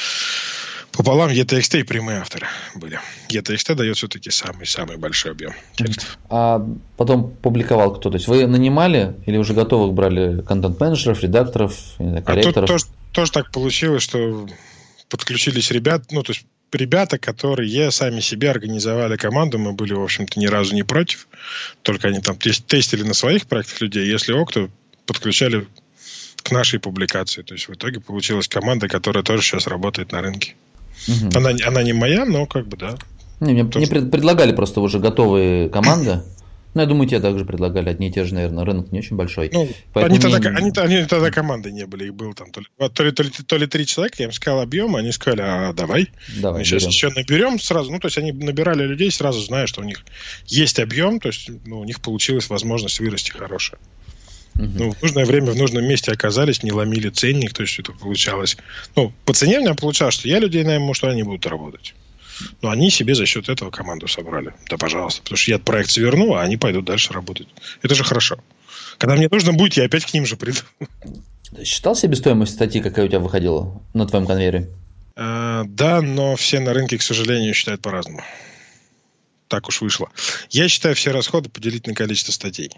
D: пополам и ти экс ти и прямые авторы были. и ти экс ти дает все-таки самый-самый большой объем текстов.
A: А потом публиковал кто? То есть вы нанимали или уже готовых брали контент-менеджеров, редакторов, корректоров?
D: А тут тоже, тоже так получилось, что подключились ребят, ну, то есть ребята, которые сами себе организовали команду, мы были, в общем-то, ни разу не против, только они там тестили на своих проектах людей, если ок, то подключали к нашей публикации. То есть в итоге получилась команда, которая тоже сейчас работает на рынке. Угу. Она, она не моя, но как бы да.
A: Не, мне, мне пред, предлагали просто уже готовые команды. Ну, я думаю, тебе также предлагали одни и те же, наверное, рынок не очень большой.
D: Ну, они, тогда, мне... они, они тогда команды не были, их было там то ли, то, ли, то, ли, то ли три человека, я им сказал объем, они сказали, а давай,
A: давай
D: мы сейчас
A: берем.
D: еще наберем сразу. Ну, то есть они набирали людей, сразу зная, что у них есть объем, то есть ну, у них получилась возможность вырасти хорошая. Uh-huh. Ну, в нужное время, в нужном месте оказались, не ломили ценник, то есть это получалось. Ну, по цене у меня получалось, что я людей найму, что они будут работать. Но они себе за счет этого команду собрали. Да, пожалуйста. Потому что я этот проект сверну, а они пойдут дальше работать. Это же хорошо. Когда мне нужно будет, я опять к ним же приду.
A: Считал себестоимость статьи, какая у тебя выходила на твоем конвейере?
D: А, да, но все на рынке, к сожалению, считают по-разному. Так уж вышло. Я считаю все расходы поделить на количество статей.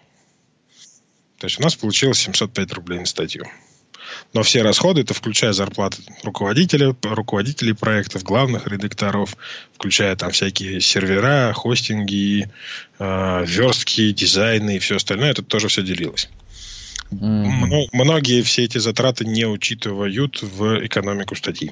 D: То есть у нас получилось семьсот пять рублей на статью. Но все расходы, это включая зарплаты руководителя, руководителей проектов, главных редакторов, включая там всякие сервера, хостинги, э, верстки, дизайны и все остальное, это тоже все делилось. Mm-hmm. Многие все эти затраты не учитывают в экономику статьи.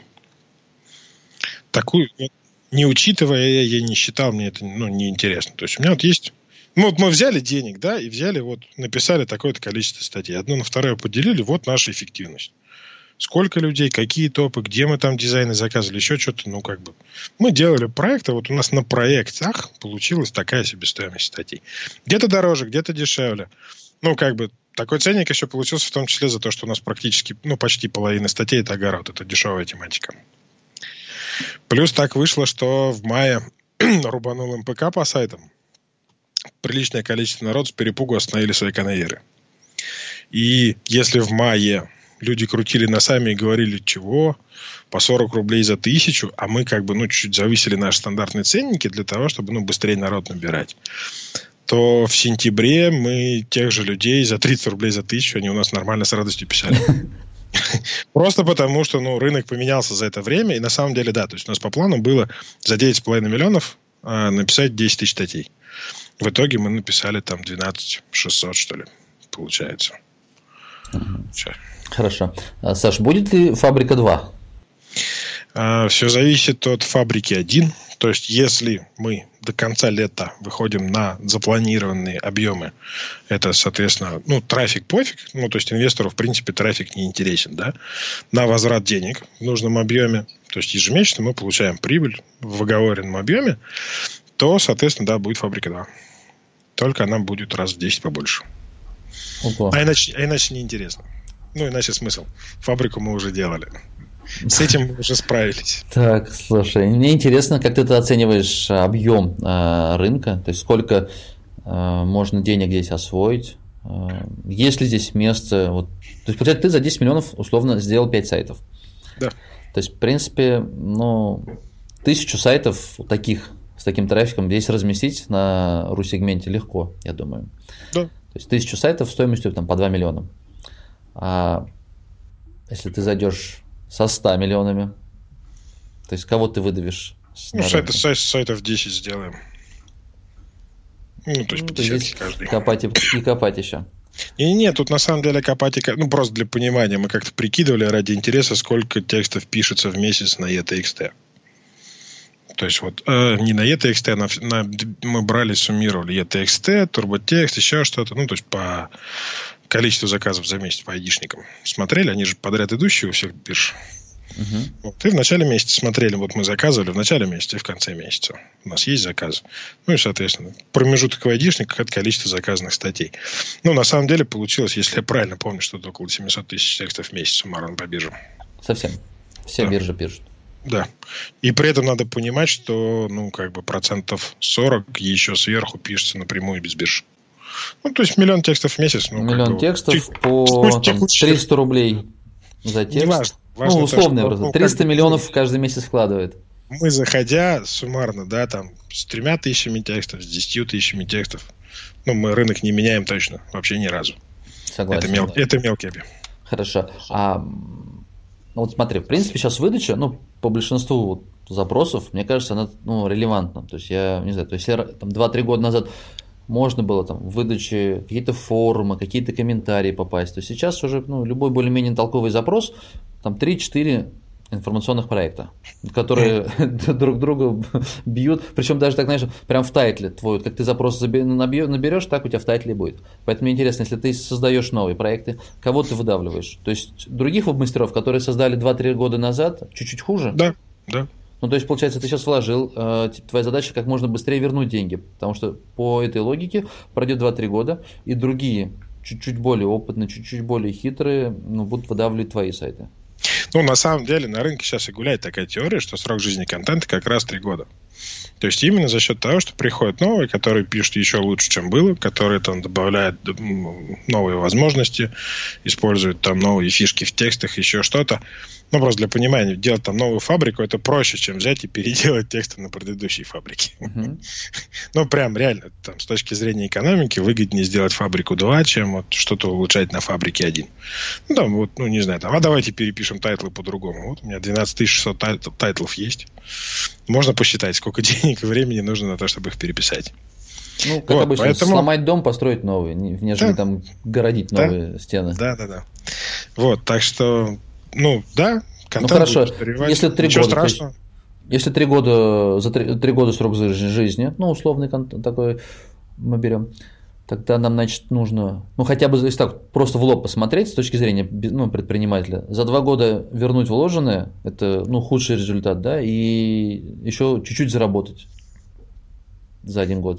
D: Такую, не учитывая, я, я не считал, мне это ну, неинтересно. То есть у меня вот есть... Ну, вот мы взяли денег, да, и взяли, вот, написали такое-то количество статей. Одно на второе поделили, вот наша эффективность. Сколько людей, какие топы, где мы там дизайны заказывали, еще что-то, ну, как бы. Мы делали проекты, вот у нас на проектах получилась такая себестоимость статей. Где-то дороже, где-то дешевле. Ну, как бы, такой ценник еще получился в том числе за то, что у нас практически, ну, почти половина статей – это огород, это дешевая тематика. Плюс так вышло, что в мае рубанул эм пэ ка по сайтам. Приличное количество народу с перепугу остановили свои конвейеры. И если в мае люди крутили носами и говорили, чего, по сорок рублей за тысячу, а мы как бы ну, чуть-чуть завысили наши стандартные ценники для того, чтобы ну, быстрее народ набирать, то в сентябре мы тех же людей за тридцать рублей за тысячу, они у нас нормально с радостью писали. Просто потому, что ну, рынок поменялся за это время. И на самом деле, да, то есть у нас по плану было за девять с половиной миллионов а, написать десять тысяч статей. В итоге мы написали там двенадцать шестьсот, что ли, получается.
A: Хорошо. Саш, будет ли фабрика два?
D: А, все зависит от фабрики один. То есть, если мы до конца лета выходим на запланированные объемы, это, соответственно, ну, трафик пофиг. Ну, то есть, инвестору, в принципе, трафик не интересен, да. На возврат денег в нужном объеме, то есть, ежемесячно мы получаем прибыль в оговоренном объеме, то, соответственно, да, будет фабрика два. Только она будет раз в десять побольше. Ого. А иначе, а иначе неинтересно. Ну, иначе смысл. Фабрику мы уже делали. С этим мы уже справились.
A: Так, слушай, мне интересно, как ты оцениваешь объем э, рынка, то есть сколько э, можно денег здесь освоить, э, есть ли здесь место, вот, то есть, получается, ты за десять миллионов условно сделал пять сайтов.
D: Да.
A: То есть, в принципе, ну, тысячу сайтов таких, с таким трафиком здесь разместить на ру-сегменте легко, я думаю.
D: Да.
A: То есть, тысячу сайтов стоимостью там, по два миллиона. А если ты зайдешь со ста миллионами, то есть кого ты выдавишь?
D: Ну, сайт, сайт, сайтов десять сделаем. Ну, то есть по десятке каждый.
A: Копать и, и копать еще.
D: И нет, тут на самом деле копать и копать. Ну, просто для понимания. Мы как-то прикидывали ради интереса, сколько текстов пишется в месяц на и ти экс ти. То есть вот э, не на и ти экс ти, на, на, мы брали, суммировали и ти экс ти, турботекст, еще что-то. Ну, то есть по количеству заказов за месяц по айдишникам. Смотрели, они же подряд идущие у всех бирж. Uh-huh. Вот, и в начале месяца смотрели, вот мы заказывали в начале месяца и в конце месяца. У нас есть заказы. Ну и, соответственно, промежуток в айдишниках – это количество заказанных статей. Ну, на самом деле, получилось, если я правильно помню, что это около семьсот тысяч текстов в месяц суммарно по биржам.
A: Совсем. Все да. Биржи пишут.
D: Да. И при этом надо понимать, что, ну, как бы процентов сорок еще сверху пишется напрямую без бирж. Ну, то есть миллион текстов в месяц. Ну,
A: миллион
D: как
A: текстов
D: чуть,
A: по там, триста рублей за текст. Не важно, важно ну, условно, то, что, ну, триста миллионов каждый месяц вкладывает.
D: Мы, заходя суммарно, да, там, с тремя тысячами текстов, с десятью тысячами текстов, ну, мы рынок не меняем точно, вообще ни разу.
A: Согласен.
D: Это, мел, это мелкий объем.
A: Хорошо. А вот смотри, в принципе, сейчас выдача, ну, по большинству вот запросов, мне кажется, она ну, релевантна. То есть, я не знаю, то есть, там, два-три года назад можно было там в выдаче какие-то форумы, какие-то комментарии попасть. То есть сейчас уже ну, любой более-менее толковый запрос, там три-четыре информационных проекта, которые друг друга бьют, причем даже так, знаешь, прям в тайтле твой, как ты запрос наберешь, так у тебя в тайтле будет. Поэтому мне интересно, если ты создаешь новые проекты, кого ты выдавливаешь? То есть других веб-мастеров, которые создали два-три года назад, чуть-чуть хуже?
D: Да, да.
A: Ну, то есть, получается, ты сейчас вложил, э, твоя задача как можно быстрее вернуть деньги, потому что по этой логике пройдет два-три года, и другие, чуть-чуть более опытные, чуть-чуть более хитрые, ну, будут выдавливать твои сайты.
D: Ну, на самом деле, на рынке сейчас и гуляет такая теория, что срок жизни контента как раз три года. То есть, именно за счет того, что приходят новые, которые пишут еще лучше, чем было, которые там добавляют новые возможности, используют там новые фишки в текстах, еще что-то. Ну, просто для понимания, делать там новую фабрику, это проще, чем взять и переделать тексты на предыдущей фабрике. Uh-huh. Ну, прям реально, там, с точки зрения экономики, выгоднее сделать фабрику два, чем вот что-то улучшать на фабрике один. Ну, там, вот, ну, не знаю, там, а давайте перепишем тайтлы по-другому. Вот у меня двенадцать тысяч шестьсот тайтл, тайтлов есть. Можно посчитать, сколько денег и времени нужно на то, чтобы их переписать.
A: Ну, как вот, обычно, поэтому... сломать дом, построить новый, нежели да. там городить новые да. стены.
D: Да, да, да. Вот, так что... Ну, да,
A: контент ну, хорошо. Если три года, страшного. Если три года, за три, три года срок жизни, ну, условный контент такой мы берем, тогда нам, значит, нужно, ну, хотя бы, если так, просто в лоб посмотреть с точки зрения ну, предпринимателя, за два года вернуть вложенное, это, ну, худший результат, да, и еще чуть-чуть заработать за один год.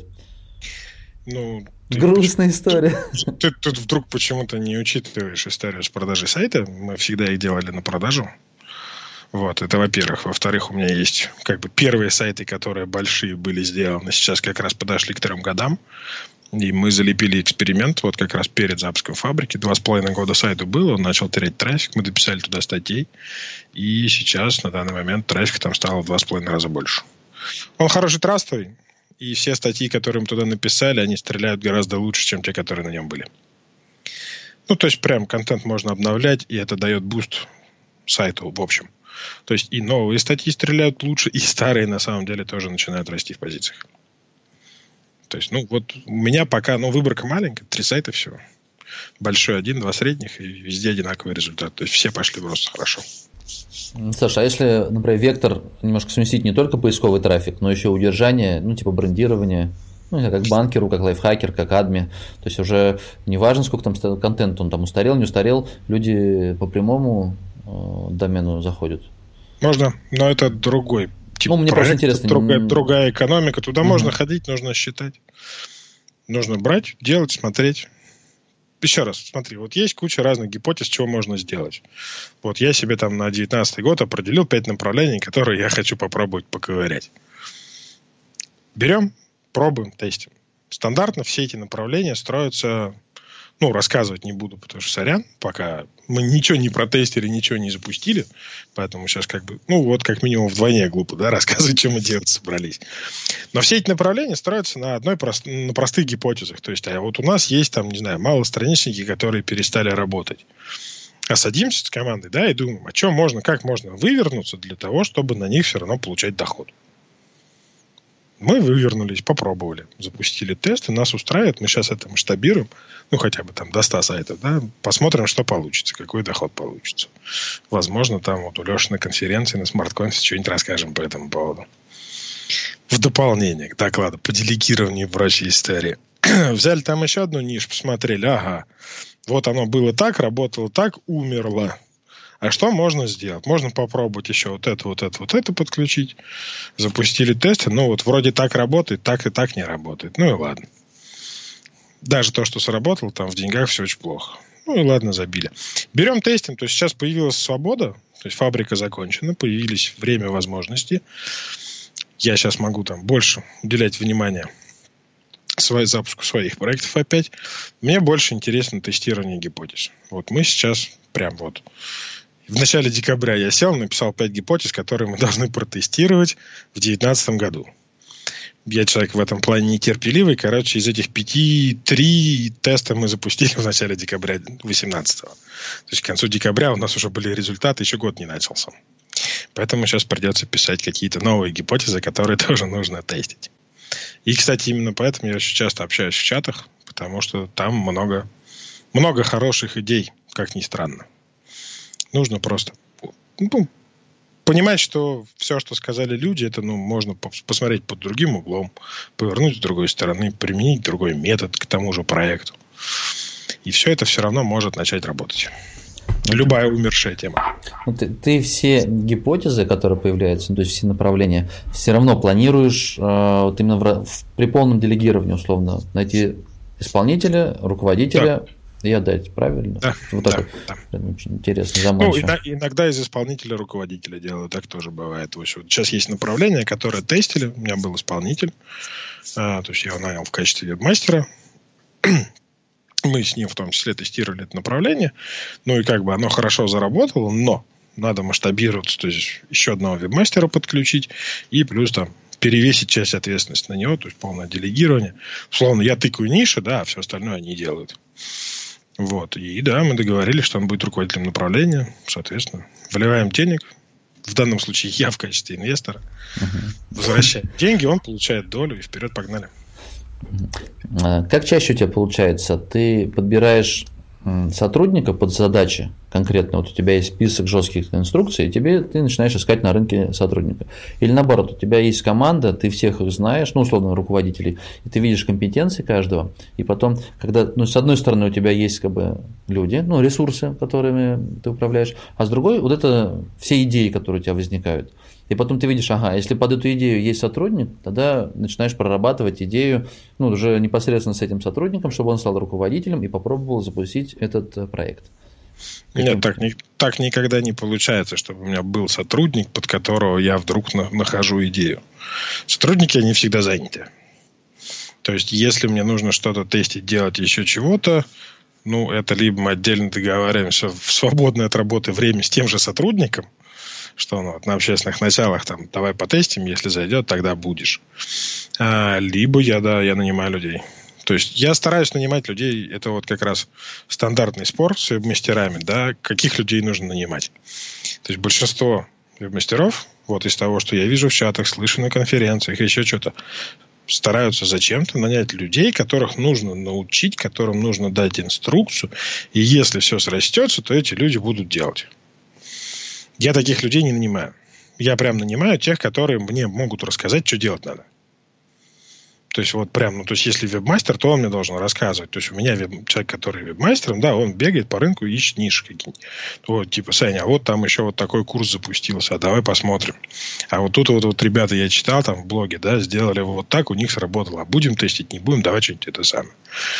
D: Ну,
A: ты, грустная история.
D: Ты тут вдруг почему-то не учитываешь историю с продажей сайта. Мы всегда их делали на продажу. Вот, это во-первых. Во-вторых, у меня есть как бы первые сайты, которые большие были сделаны, сейчас как раз подошли к трем годам. И мы залепили эксперимент вот как раз перед запуском фабрики. Два с половиной года сайту было, он начал терять трафик. Мы дописали туда статей. И сейчас, на данный момент, трафик там стало в два с половиной раза больше. Он хороший трастовый. И все статьи, которые мы туда написали, они стреляют гораздо лучше, чем те, которые на нем были. Ну, то есть, прям контент можно обновлять, и это дает буст сайту в общем. То есть, и новые статьи стреляют лучше, и старые, на самом деле, тоже начинают расти в позициях. То есть, ну, вот у меня пока, ну, выборка маленькая, три сайта всего. Большой один, два средних, и везде одинаковый результат. То есть, все пошли просто хорошо.
A: Саша, а если, например, вектор немножко сместить не только поисковый трафик, но еще удержание, ну, типа брендирование, ну, как банкеру, как лайфхакер, как адме, то есть уже не важно, сколько там контент он там устарел, не устарел, люди по прямому э, домену заходят.
D: Можно, но это другой тип
A: ну, мне
D: проекта,
A: интересно.
D: Другая, другая экономика, туда угу. можно ходить, нужно считать, нужно брать, делать, смотреть. Еще раз, смотри, вот есть куча разных гипотез, чего можно сделать. Вот я себе там на девятнадцатый год определил пять направлений, которые я хочу попробовать поковырять. Берем, пробуем, тестим. Стандартно все эти направления строятся, ну, рассказывать не буду, потому что сорян, пока мы ничего не протестили, ничего не запустили, поэтому сейчас как бы, ну, вот как минимум вдвойне глупо, да, рассказывать, что мы делать собрались. Но все эти направления строятся на одной прост... на простых гипотезах. То есть, а вот у нас есть там, не знаю, малостраничники, которые перестали работать. А садимся с командой, да, и думаем, а что можно, как можно вывернуться для того, чтобы на них все равно получать доход. Мы вывернулись, попробовали, запустили тесты, нас устраивает, мы сейчас это масштабируем, ну, хотя бы там до ста сайтов, да, посмотрим, что получится, какой доход получится. Возможно, там вот у Леши на конференции, на SmartConf что-нибудь расскажем по этому поводу. В дополнение к докладу по делегированию и прочей истории. Взяли там еще одну нишу, посмотрели, ага, вот оно было так, работало так, умерло. А что можно сделать? Можно попробовать еще вот это, вот это, вот это подключить. Запустили тесты. Ну, вот вроде так работает, так и так не работает. Ну и ладно. Даже то, что сработало, там в деньгах все очень плохо. Ну и ладно, забили. Берем тестим. То есть сейчас появилась свобода. То есть фабрика закончена. Появились время возможностей. Я сейчас могу там больше уделять внимание свой, запуску своих проектов опять. Мне больше интересно тестирование гипотез. Вот мы сейчас прям вот... В начале декабря я сел, написал пять гипотез, которые мы должны протестировать в две тысячи девятнадцатом году. Я человек в этом плане нетерпеливый. Короче, из этих пяти, три теста мы запустили в начале декабря две тысячи восемнадцатого. То есть к концу декабря у нас уже были результаты, еще год не начался. Поэтому сейчас придется писать какие-то новые гипотезы, которые тоже нужно тестить. И, кстати, именно поэтому я очень часто общаюсь в чатах, потому что там много, много хороших идей, как ни странно. Нужно просто ну, понимать, что все, что сказали люди, это ну, можно посмотреть под другим углом, повернуть с другой стороны, применить другой метод к тому же проекту. И все это все равно может начать работать. Любая умершая тема.
A: Ты, ты все гипотезы, которые появляются, то есть все направления, все равно планируешь э, вот именно в, в, при полном делегировании, условно, найти исполнителя, руководителя, да, и отдать, правильно?
D: Да,
A: вот
D: да,
A: такой,
D: да.
A: Очень интересно, заманчиво.
D: Ну, иногда из исполнителя руководителя делаю, так тоже бывает. Вот сейчас есть направление, которое тестили, у меня был исполнитель, а, то есть я его нанял в качестве веб-мастера. Мы с ним в том числе тестировали это направление. Ну и как бы оно хорошо заработало, но надо масштабироваться, то есть еще одного веб-мастера подключить и плюс там перевесить часть ответственности на него, то есть полное делегирование. Условно, я тыкаю ниши, да, а все остальное они делают. Вот. И да, мы договорились, что он будет руководителем направления. Соответственно, вливаем денег. В данном случае я в качестве инвестора. Uh-huh. Возвращаем деньги, он получает долю и вперед погнали.
A: Как чаще у тебя получается? Ты подбираешь сотрудника под задачи конкретно, вот у тебя есть список жестких инструкций, и тебе ты начинаешь искать на рынке сотрудника. Или наоборот, у тебя есть команда, ты всех их знаешь, ну, условно, руководителей, и ты видишь компетенции каждого, и потом, когда, ну, с одной стороны, у тебя есть как бы люди, ну, ресурсы, которыми ты управляешь, а с другой, вот это все идеи, которые у тебя возникают. И потом ты видишь, ага, если под эту идею есть сотрудник, тогда начинаешь прорабатывать идею, ну, уже непосредственно с этим сотрудником, чтобы он стал руководителем и попробовал запустить этот проект.
D: Нет, так, так никогда не получается, чтобы у меня был сотрудник, под которого я вдруг на, нахожу идею. Сотрудники, они всегда заняты. То есть, если мне нужно что-то тестить, делать еще чего-то, ну, это либо мы отдельно договариваемся в свободное от работы время с тем же сотрудником, что ну, на общественных началах там давай потестим, если зайдет, тогда будешь. А, либо я, да, я нанимаю людей. То есть я стараюсь нанимать людей, это вот как раз стандартный спор с веб-мастерами, да, каких людей нужно нанимать. То есть большинство веб-мастеров, вот из того, что я вижу в чатах, слышу на конференциях, еще что-то, стараются зачем-то нанять людей, которых нужно научить, которым нужно дать инструкцию, и если все срастется, то эти люди будут делать. Я таких людей не нанимаю. Я прям нанимаю тех, которые мне могут рассказать, что делать надо. То есть, вот прям, ну, то есть, если веб-мастер, то он мне должен рассказывать. То есть, у меня веб- человек, который веб-мастером, да, он бегает по рынку и ищет ниши какие-нибудь. Вот, типа, Саня, а вот там еще вот такой курс запустился, а давай посмотрим. А вот тут вот, вот ребята, я читал там в блоге, да, сделали вот так, у них сработало. А будем тестить, не будем, давай что-нибудь это самое.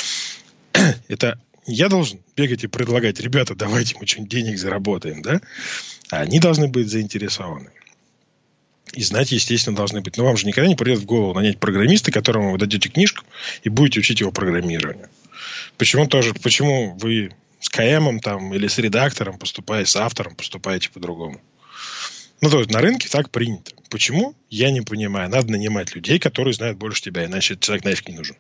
D: Это я должен бегать и предлагать, ребята, давайте мы что-нибудь денег заработаем, да? А они должны быть заинтересованы. И знать, естественно, должны быть. Но вам же никогда не придет в голову нанять программиста, которому вы дадите книжку и будете учить его программированию. Почему тоже, почему вы с КМом там или с редактором, поступая с автором, поступаете по-другому? Ну, то есть на рынке так принято. Почему? Я не понимаю. Надо нанимать людей, которые знают больше тебя, иначе этот человек нафиг не нужен.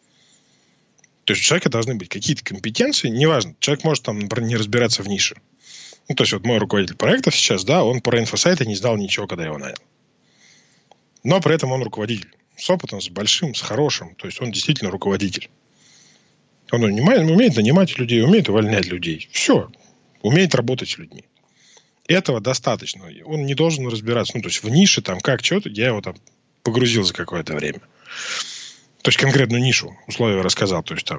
D: То есть у человека должны быть какие-то компетенции, неважно. Человек может там, например, не разбираться в нише. Ну, то есть вот мой руководитель проектов сейчас, да, он про инфосайты не знал ничего, когда я его нанял. Но при этом он руководитель. С опытом, с большим, с хорошим. То есть он действительно руководитель. Он умеет, умеет нанимать людей, умеет увольнять людей. Все. Умеет работать с людьми. Этого достаточно. Он не должен разбираться. Ну, то есть в нише, там, как, что-то, я его там погрузил за какое-то время. То есть конкретную нишу, условия рассказал. То есть там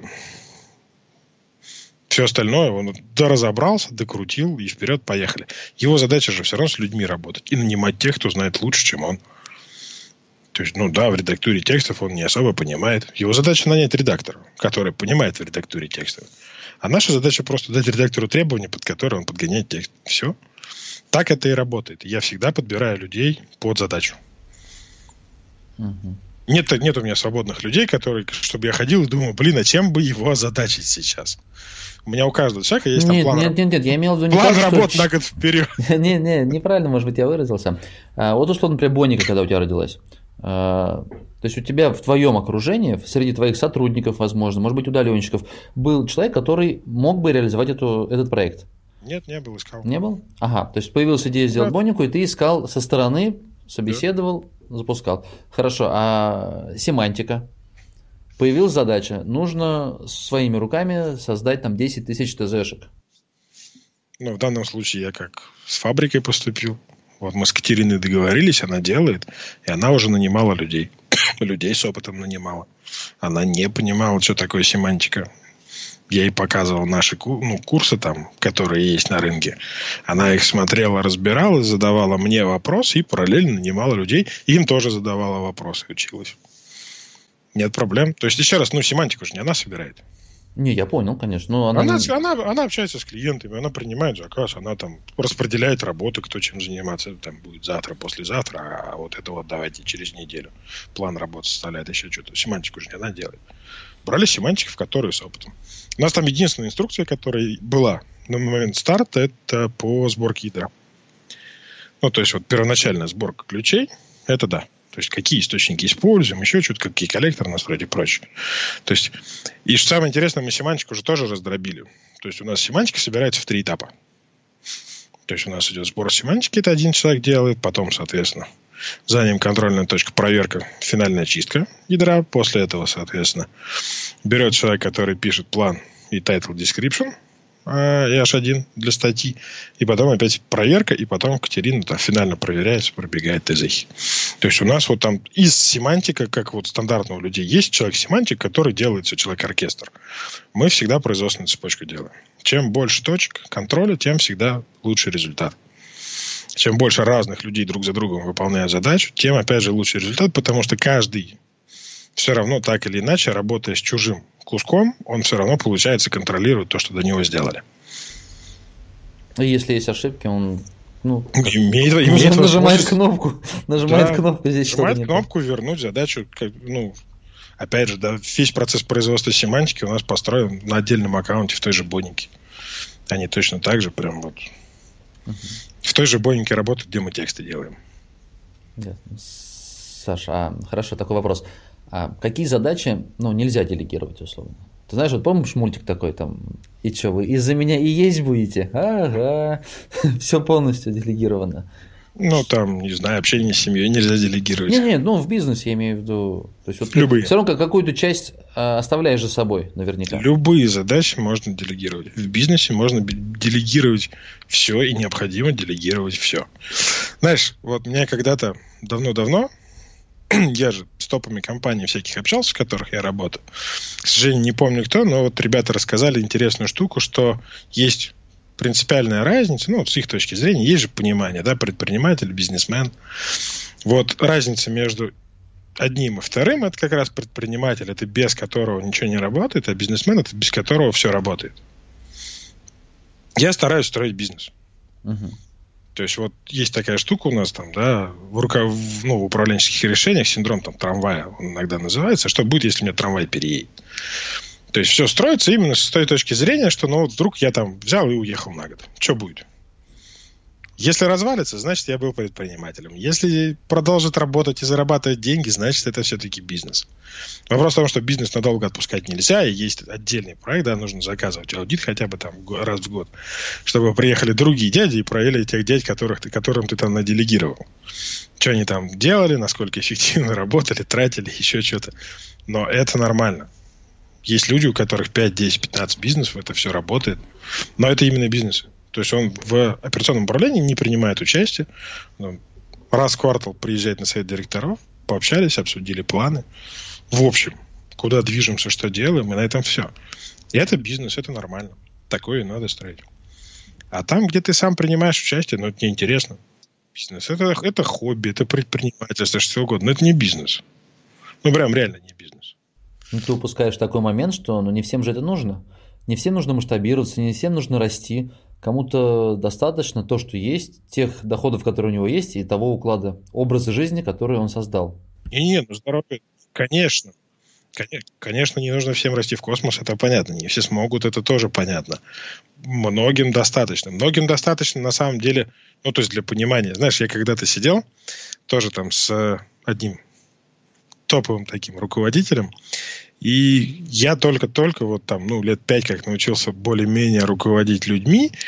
D: все остальное он доразобрался, докрутил и вперед поехали. Его задача же все равно с людьми работать. И нанимать тех, кто знает лучше, чем он. То есть, ну да, в редактуре текстов он не особо понимает. Его задача нанять редактора, который понимает в редактуре текстов. А наша задача просто дать редактору требования, под которые он подгоняет текст. Все. Так это и работает. Я всегда подбираю людей под задачу. Угу. Нет, нет у меня свободных людей, которые, чтобы я ходил и думал, блин, а чем бы его озадачить сейчас? У меня у каждого человека есть
A: нет,
D: там план,
A: нет, нет, нет, я имел в виду
D: план
A: не
D: работ
A: что...
D: на год вперед.
A: Не, не, неправильно, может быть, я выразился. Вот условно, например, Бонника, когда у тебя родилась. То есть у тебя в твоем окружении, среди твоих сотрудников, возможно, может быть, удаленщиков, был человек, который мог бы реализовать эту, этот проект?
D: Нет, не был, искал.
A: Не был? Ага, то есть появилась идея сделать да. Боннику, и ты искал со стороны, собеседовал, да. запускал. Хорошо, а семантика? Появилась задача, нужно своими руками создать там десять тысяч ТЗшек.
D: Ну, в данном случае я как с фабрикой поступил. Вот мы с Катериной договорились, она делает, и она уже нанимала людей. Людей с опытом нанимала. Она не понимала, что такое семантика. Я ей показывал наши ну, курсы, там, которые есть на рынке. Она их смотрела, разбирала, задавала мне вопросы и параллельно нанимала людей. Им тоже задавала вопросы, училась. Нет проблем. То есть, еще раз, ну, семантику же не она собирает.
A: Не, я понял, конечно. Но она...
D: Она, она, она общается с клиентами, она принимает заказ, она там распределяет работу, кто чем заниматься там будет завтра, послезавтра, а вот это вот давайте через неделю. План работы составляет еще что-то. Семантику же не она делает. Брали семантиков, которые с опытом. У нас там единственная инструкция, которая была на момент старта, это по сборке ядра. Ну, то есть, вот первоначальная сборка ключей, это да. То есть, какие источники используем, еще что-то, какие коллекторы настроить и прочее. То есть, и что самое интересное, мы семантику уже тоже раздробили. То есть, у нас семантика собирается в три этапа. То есть, у нас идет сбор семантики, это один человек делает, потом, соответственно, за ним контрольная точка, проверка, финальная чистка ядра. После этого, соответственно, берет человек, который пишет план и title description, и эйч один для статьи, и потом опять проверка, и потом Катерина там финально проверяется, пробегает ТЗ. То есть у нас вот там из семантика, как вот стандартно у людей, есть человек-семантик, который делается человек-оркестр. Мы всегда производственную цепочку делаем. Чем больше точек контроля, тем всегда лучший результат. Чем больше разных людей друг за другом выполняют задачу, тем, опять же, лучший результат, потому что каждый все равно так или иначе, работая с чужим куском, он все равно, получается, контролирует то, что до него сделали.
A: И если есть ошибки, он ну,
D: имеет,
A: как,
D: имеет
A: нажимает кнопку, нажимает
D: да,
A: кнопку, здесь
D: нажимает
A: что-то
D: кнопку, вернуть задачу. Как, ну, опять же, да, весь процесс производства семантики у нас построен на отдельном аккаунте в той же Бонике. Они точно так же прям вот uh-huh. в той же Бонике работают, где мы тексты делаем.
A: Yeah. Саша, а, хорошо, такой вопрос. А какие задачи, ну, нельзя делегировать, условно? Ты знаешь, вот помнишь мультик такой там, и что, вы из-за меня и есть будете? Ага, все полностью делегировано.
D: Ну, там, не знаю, общение с семьей нельзя делегировать.
A: Не-не, ну, в бизнесе я имею в виду. То есть, вот
D: любые.
A: Все равно какую-то часть а, оставляешь за собой, наверняка.
D: Любые задачи можно делегировать. В бизнесе можно делегировать все, и необходимо делегировать все. Знаешь, вот меня когда-то давно-давно, я же с топами компаний всяких общался, в которых я работаю. К сожалению, не помню кто, но вот ребята рассказали интересную штуку, что есть принципиальная разница, ну, с их точки зрения, есть же понимание, да, предприниматель, бизнесмен. Вот разница между одним и вторым, это как раз предприниматель, это без которого ничего не работает, а бизнесмен, это без которого все работает. Я стараюсь строить бизнес.
A: Угу.
D: То есть, вот есть такая штука у нас там, да, в, рука, в, ну, в управленческих решениях, синдром там трамвая он иногда называется, что будет, если у меня трамвай переедет. То есть, все строится именно с той точки зрения, что, ну, вот вдруг я там взял и уехал на год. Что будет? Если развалится, значит, я был предпринимателем. Если продолжит работать и зарабатывать деньги, значит, это все-таки бизнес. Вопрос в том, что бизнес надолго отпускать нельзя, и есть отдельный проект, да, нужно заказывать аудит хотя бы там раз в год, чтобы приехали другие дяди и проверили тех дядь, которых ты, которым ты там наделегировал. Что они там делали, насколько эффективно работали, тратили, еще что-то. Но это нормально. Есть люди, у которых пять, десять, пятнадцать бизнесов, это все работает. Но это именно бизнесы. То есть он в операционном управлении не принимает участие. Раз в квартал приезжает на совет директоров, пообщались, обсудили планы. В общем, куда движемся, что делаем, и на этом все. И это бизнес, это нормально. Такое и надо строить. А там, где ты сам принимаешь участие, ну, это неинтересно. Бизнес. Это, это хобби, это предпринимательство, что угодно. Но это не бизнес. Ну, прям реально не бизнес.
A: Ну, ты упускаешь такой момент, что ну, не всем же это нужно. Не всем нужно масштабироваться, не всем нужно расти. Кому-то достаточно то, что есть, тех доходов, которые у него есть, и того уклада, образа жизни, который он создал.
D: Не-не, ну здоровье, конечно. Конечно, не нужно всем расти в космос, это понятно. Не все смогут, это тоже понятно. Многим достаточно. Многим достаточно, на самом деле, ну, то есть для понимания. Знаешь, я когда-то сидел тоже там с одним топовым таким руководителем, и я только-только вот там, ну, лет пять как научился более-менее руководить людьми,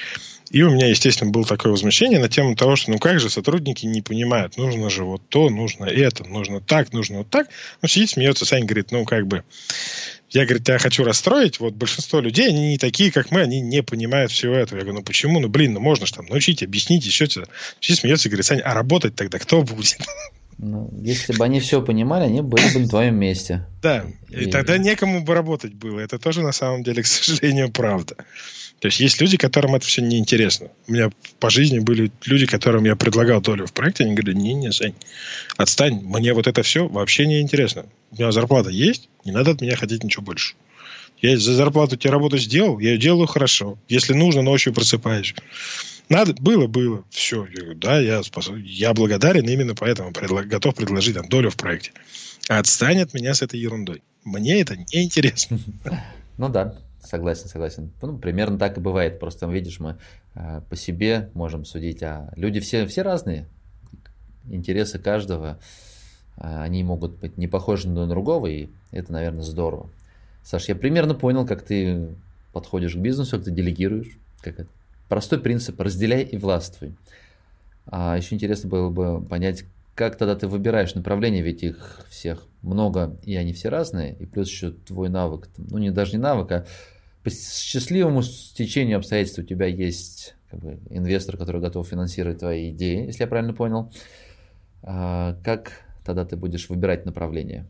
D: И у меня, естественно, было такое возмущение на тему того, что ну как же сотрудники не понимают, нужно же вот то, нужно это, нужно так, нужно вот так. Он сидит, смеется, Саня говорит, ну как бы, я, говорит, тебя хочу расстроить, вот большинство людей, они не такие, как мы, они не понимают всего этого. Я говорю, ну почему, ну блин, ну можно же там научить, объяснить, еще что-то. Сидит, смеется, говорит, Саня, а работать тогда кто будет?
A: Ну, если бы они все понимали, они были бы на твоем месте.
D: Да, и... и тогда некому бы работать было. Это тоже на самом деле, к сожалению, правда. То есть есть люди, которым это все неинтересно. У меня по жизни были люди, которым я предлагал долю в проекте, они говорят, не-не, Сань, отстань, мне вот это все вообще не интересно. У меня зарплата есть, не надо от меня хотеть ничего больше. Я за зарплату тебе работу сделал, я ее делаю хорошо. Если нужно, ночью просыпаюсь. Надо, было, было, все. Я говорю, да, я, способ... я благодарен, именно поэтому предлаг... готов предложить там, долю в проекте. А отстань от меня с этой ерундой. Мне это не интересно.
A: Ну да. Согласен, согласен. Ну, примерно так и бывает. Просто, видишь, мы э, по себе можем судить, а люди все, все разные. Интересы каждого, э, они могут быть не похожи друг на другого, и это, наверное, здорово. Саш, я примерно понял, как ты подходишь к бизнесу, как ты делегируешь. Как это. Простой принцип – разделяй и властвуй. А еще интересно было бы понять, как тогда ты выбираешь направление, ведь их всех много, и они все разные, и плюс еще твой навык, ну не даже не навык, а по счастливому стечению обстоятельств у тебя есть как бы, инвестор, который готов финансировать твои идеи, если я правильно понял. А как тогда ты будешь выбирать направление?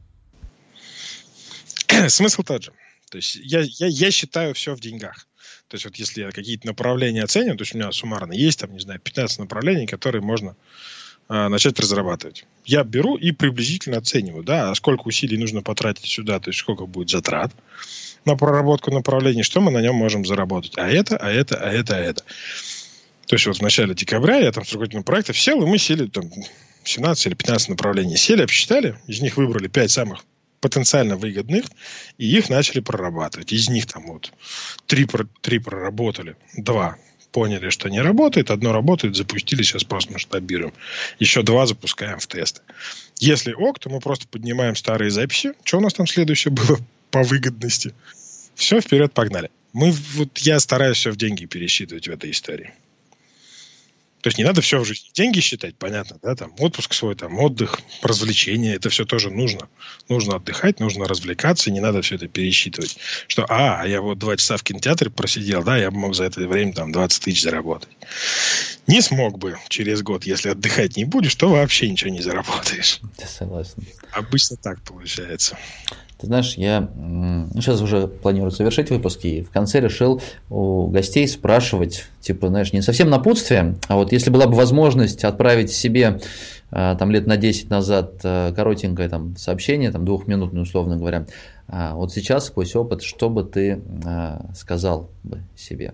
D: Смысл тот же. То есть я, я, я считаю все в деньгах. То есть вот если я какие-то направления оцениваю, то есть у меня суммарно есть там, не знаю, пятнадцать направлений, которые можно а, начать разрабатывать. Я беру и приблизительно оцениваю, да, а сколько усилий нужно потратить сюда, то есть сколько будет затрат на проработку направлений, что мы на нем можем заработать. А это, а это, а это, а это. То есть вот в начале декабря я там с руководителем проекта сел, и мы сели там семнадцать или пятнадцать направлений. Сели, обсчитали, из них выбрали пять самых потенциально выгодных, и их начали прорабатывать. Из них там вот три, три проработали, два поняли, что не работает, одно работает, запустили, сейчас просто масштабируем. Еще два запускаем в тесты. Если ок, то мы просто поднимаем старые записи. Что у нас там следующее было по выгодности? Все, вперед, погнали. Мы, вот я стараюсь все в деньги пересчитывать в этой истории. То есть не надо все в жизни деньги считать, понятно, да, там отпуск свой, там отдых, развлечения, это все тоже нужно. Нужно отдыхать, нужно развлекаться, не надо все это пересчитывать. Что, а, а я вот два часа в кинотеатре просидел, да, я бы мог за это время там двадцать тысяч заработать. Не смог бы через год, если отдыхать не будешь, то вообще ничего не заработаешь.
A: Согласен.
D: Обычно так получается.
A: Ты знаешь, я сейчас уже планирую завершить выпуск, и в конце решил у гостей спрашивать, типа, знаешь, не совсем напутствие, а вот если была бы возможность отправить себе там лет на десять назад коротенькое там сообщение, там двухминутное, условно говоря, вот сейчас сквозь опыт, что бы ты сказал бы себе?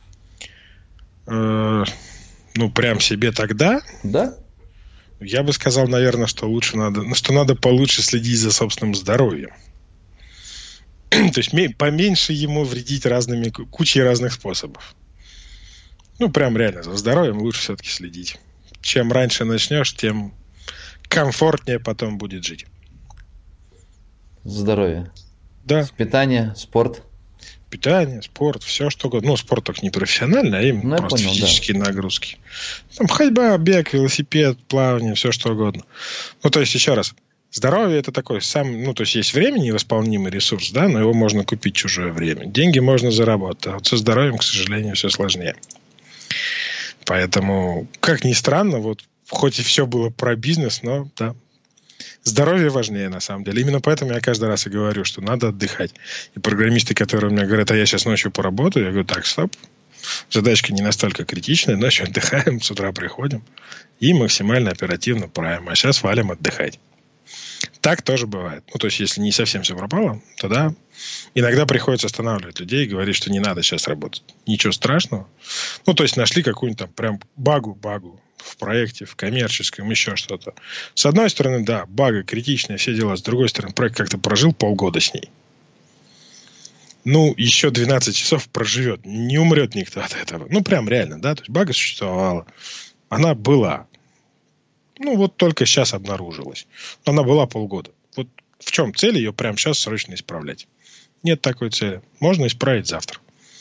D: Ну, прям себе тогда?
A: Да.
D: Я бы сказал, наверное, что лучше надо, что надо получше следить за собственным здоровьем. То есть поменьше ему вредить разными, кучей разных способов. Ну, прям реально, за здоровьем лучше все-таки следить. Чем раньше начнешь, тем комфортнее потом будет жить.
A: Здоровье.
D: Да.
A: Питание, спорт.
D: Питание, спорт, все что угодно. Ну, спорт только не профессиональный, а именно ну, просто понял, физические да. нагрузки. Там ходьба, бег, велосипед, плавание, все что угодно. Ну, то есть, еще раз, здоровье это такой сам, ну, то есть, есть время, невосполнимый ресурс, да, но его можно купить чужое время. Деньги можно заработать, а вот со здоровьем, к сожалению, все сложнее. Поэтому, как ни странно, вот, хоть и все было про бизнес, но, да, здоровье важнее, на самом деле. Именно поэтому я каждый раз и говорю, что надо отдыхать. И программисты, которые у меня говорят, а я сейчас ночью поработаю, я говорю, так, стоп. Задачка не настолько критичная, ночью отдыхаем, с утра приходим и максимально оперативно правим. А сейчас валим отдыхать. Так тоже бывает. Ну, то есть, если не совсем все пропало, то да. Иногда приходится останавливать людей и говорить, что не надо сейчас работать. Ничего страшного. Ну, то есть, нашли какую-нибудь там прям багу-багу в проекте, в коммерческом, еще что-то. С одной стороны, да, бага критичная, все дела. С другой стороны, проект как-то прожил полгода с ней. Ну, еще двенадцать часов проживет. Не умрет никто от этого. Ну, прям реально, да. То есть, бага существовала. Она была. Ну, вот только сейчас обнаружилась. Но она была полгода. Вот в чем цель ее прямо сейчас срочно исправлять? Нет такой цели. Можно исправить завтра.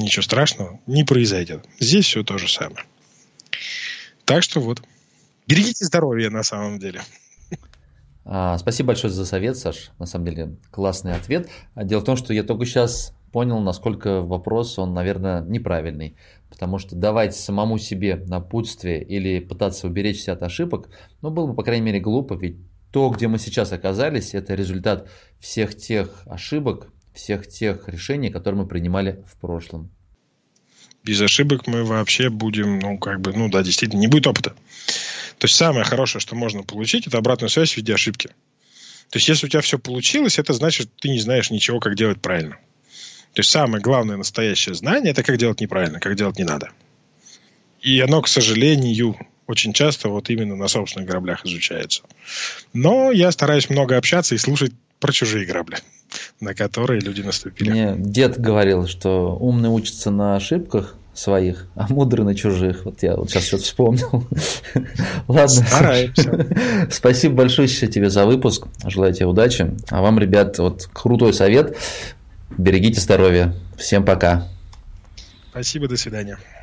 D: ничего страшного не произойдет. Здесь все то же самое. Так что вот. Берегите здоровье на самом деле.
A: А, спасибо большое за совет, Саш. На самом деле классный ответ. Дело в том, что я только сейчас понял, насколько вопрос, он, наверное, неправильный. Потому что давать самому себе напутствие или пытаться уберечься от ошибок, ну, было бы, по крайней мере, глупо. Ведь то, где мы сейчас оказались, это результат всех тех ошибок, всех тех решений, которые мы принимали в прошлом.
D: Без ошибок мы вообще будем, ну, как бы, ну, да, действительно, не будет опыта. То есть, самое хорошее, что можно получить, это обратную связь в виде ошибки. То есть, если у тебя все получилось, это значит, что ты не знаешь ничего, как делать правильно. То есть, самое главное настоящее знание, это как делать неправильно, как делать не надо. И оно, к сожалению, очень часто вот именно на собственных граблях изучается. Но я стараюсь много общаться и слушать про чужие грабли, на которые люди наступили.
A: Мне дед говорил, что умный учится на ошибках своих, а мудрый на чужих. Вот я вот сейчас что-то вспомнил. Ладно.
D: Стараемся.
A: Спасибо большое еще тебе за выпуск. Желаю тебе удачи. А вам, ребят, вот крутой совет. Берегите здоровье. Всем пока.
D: Спасибо, до свидания.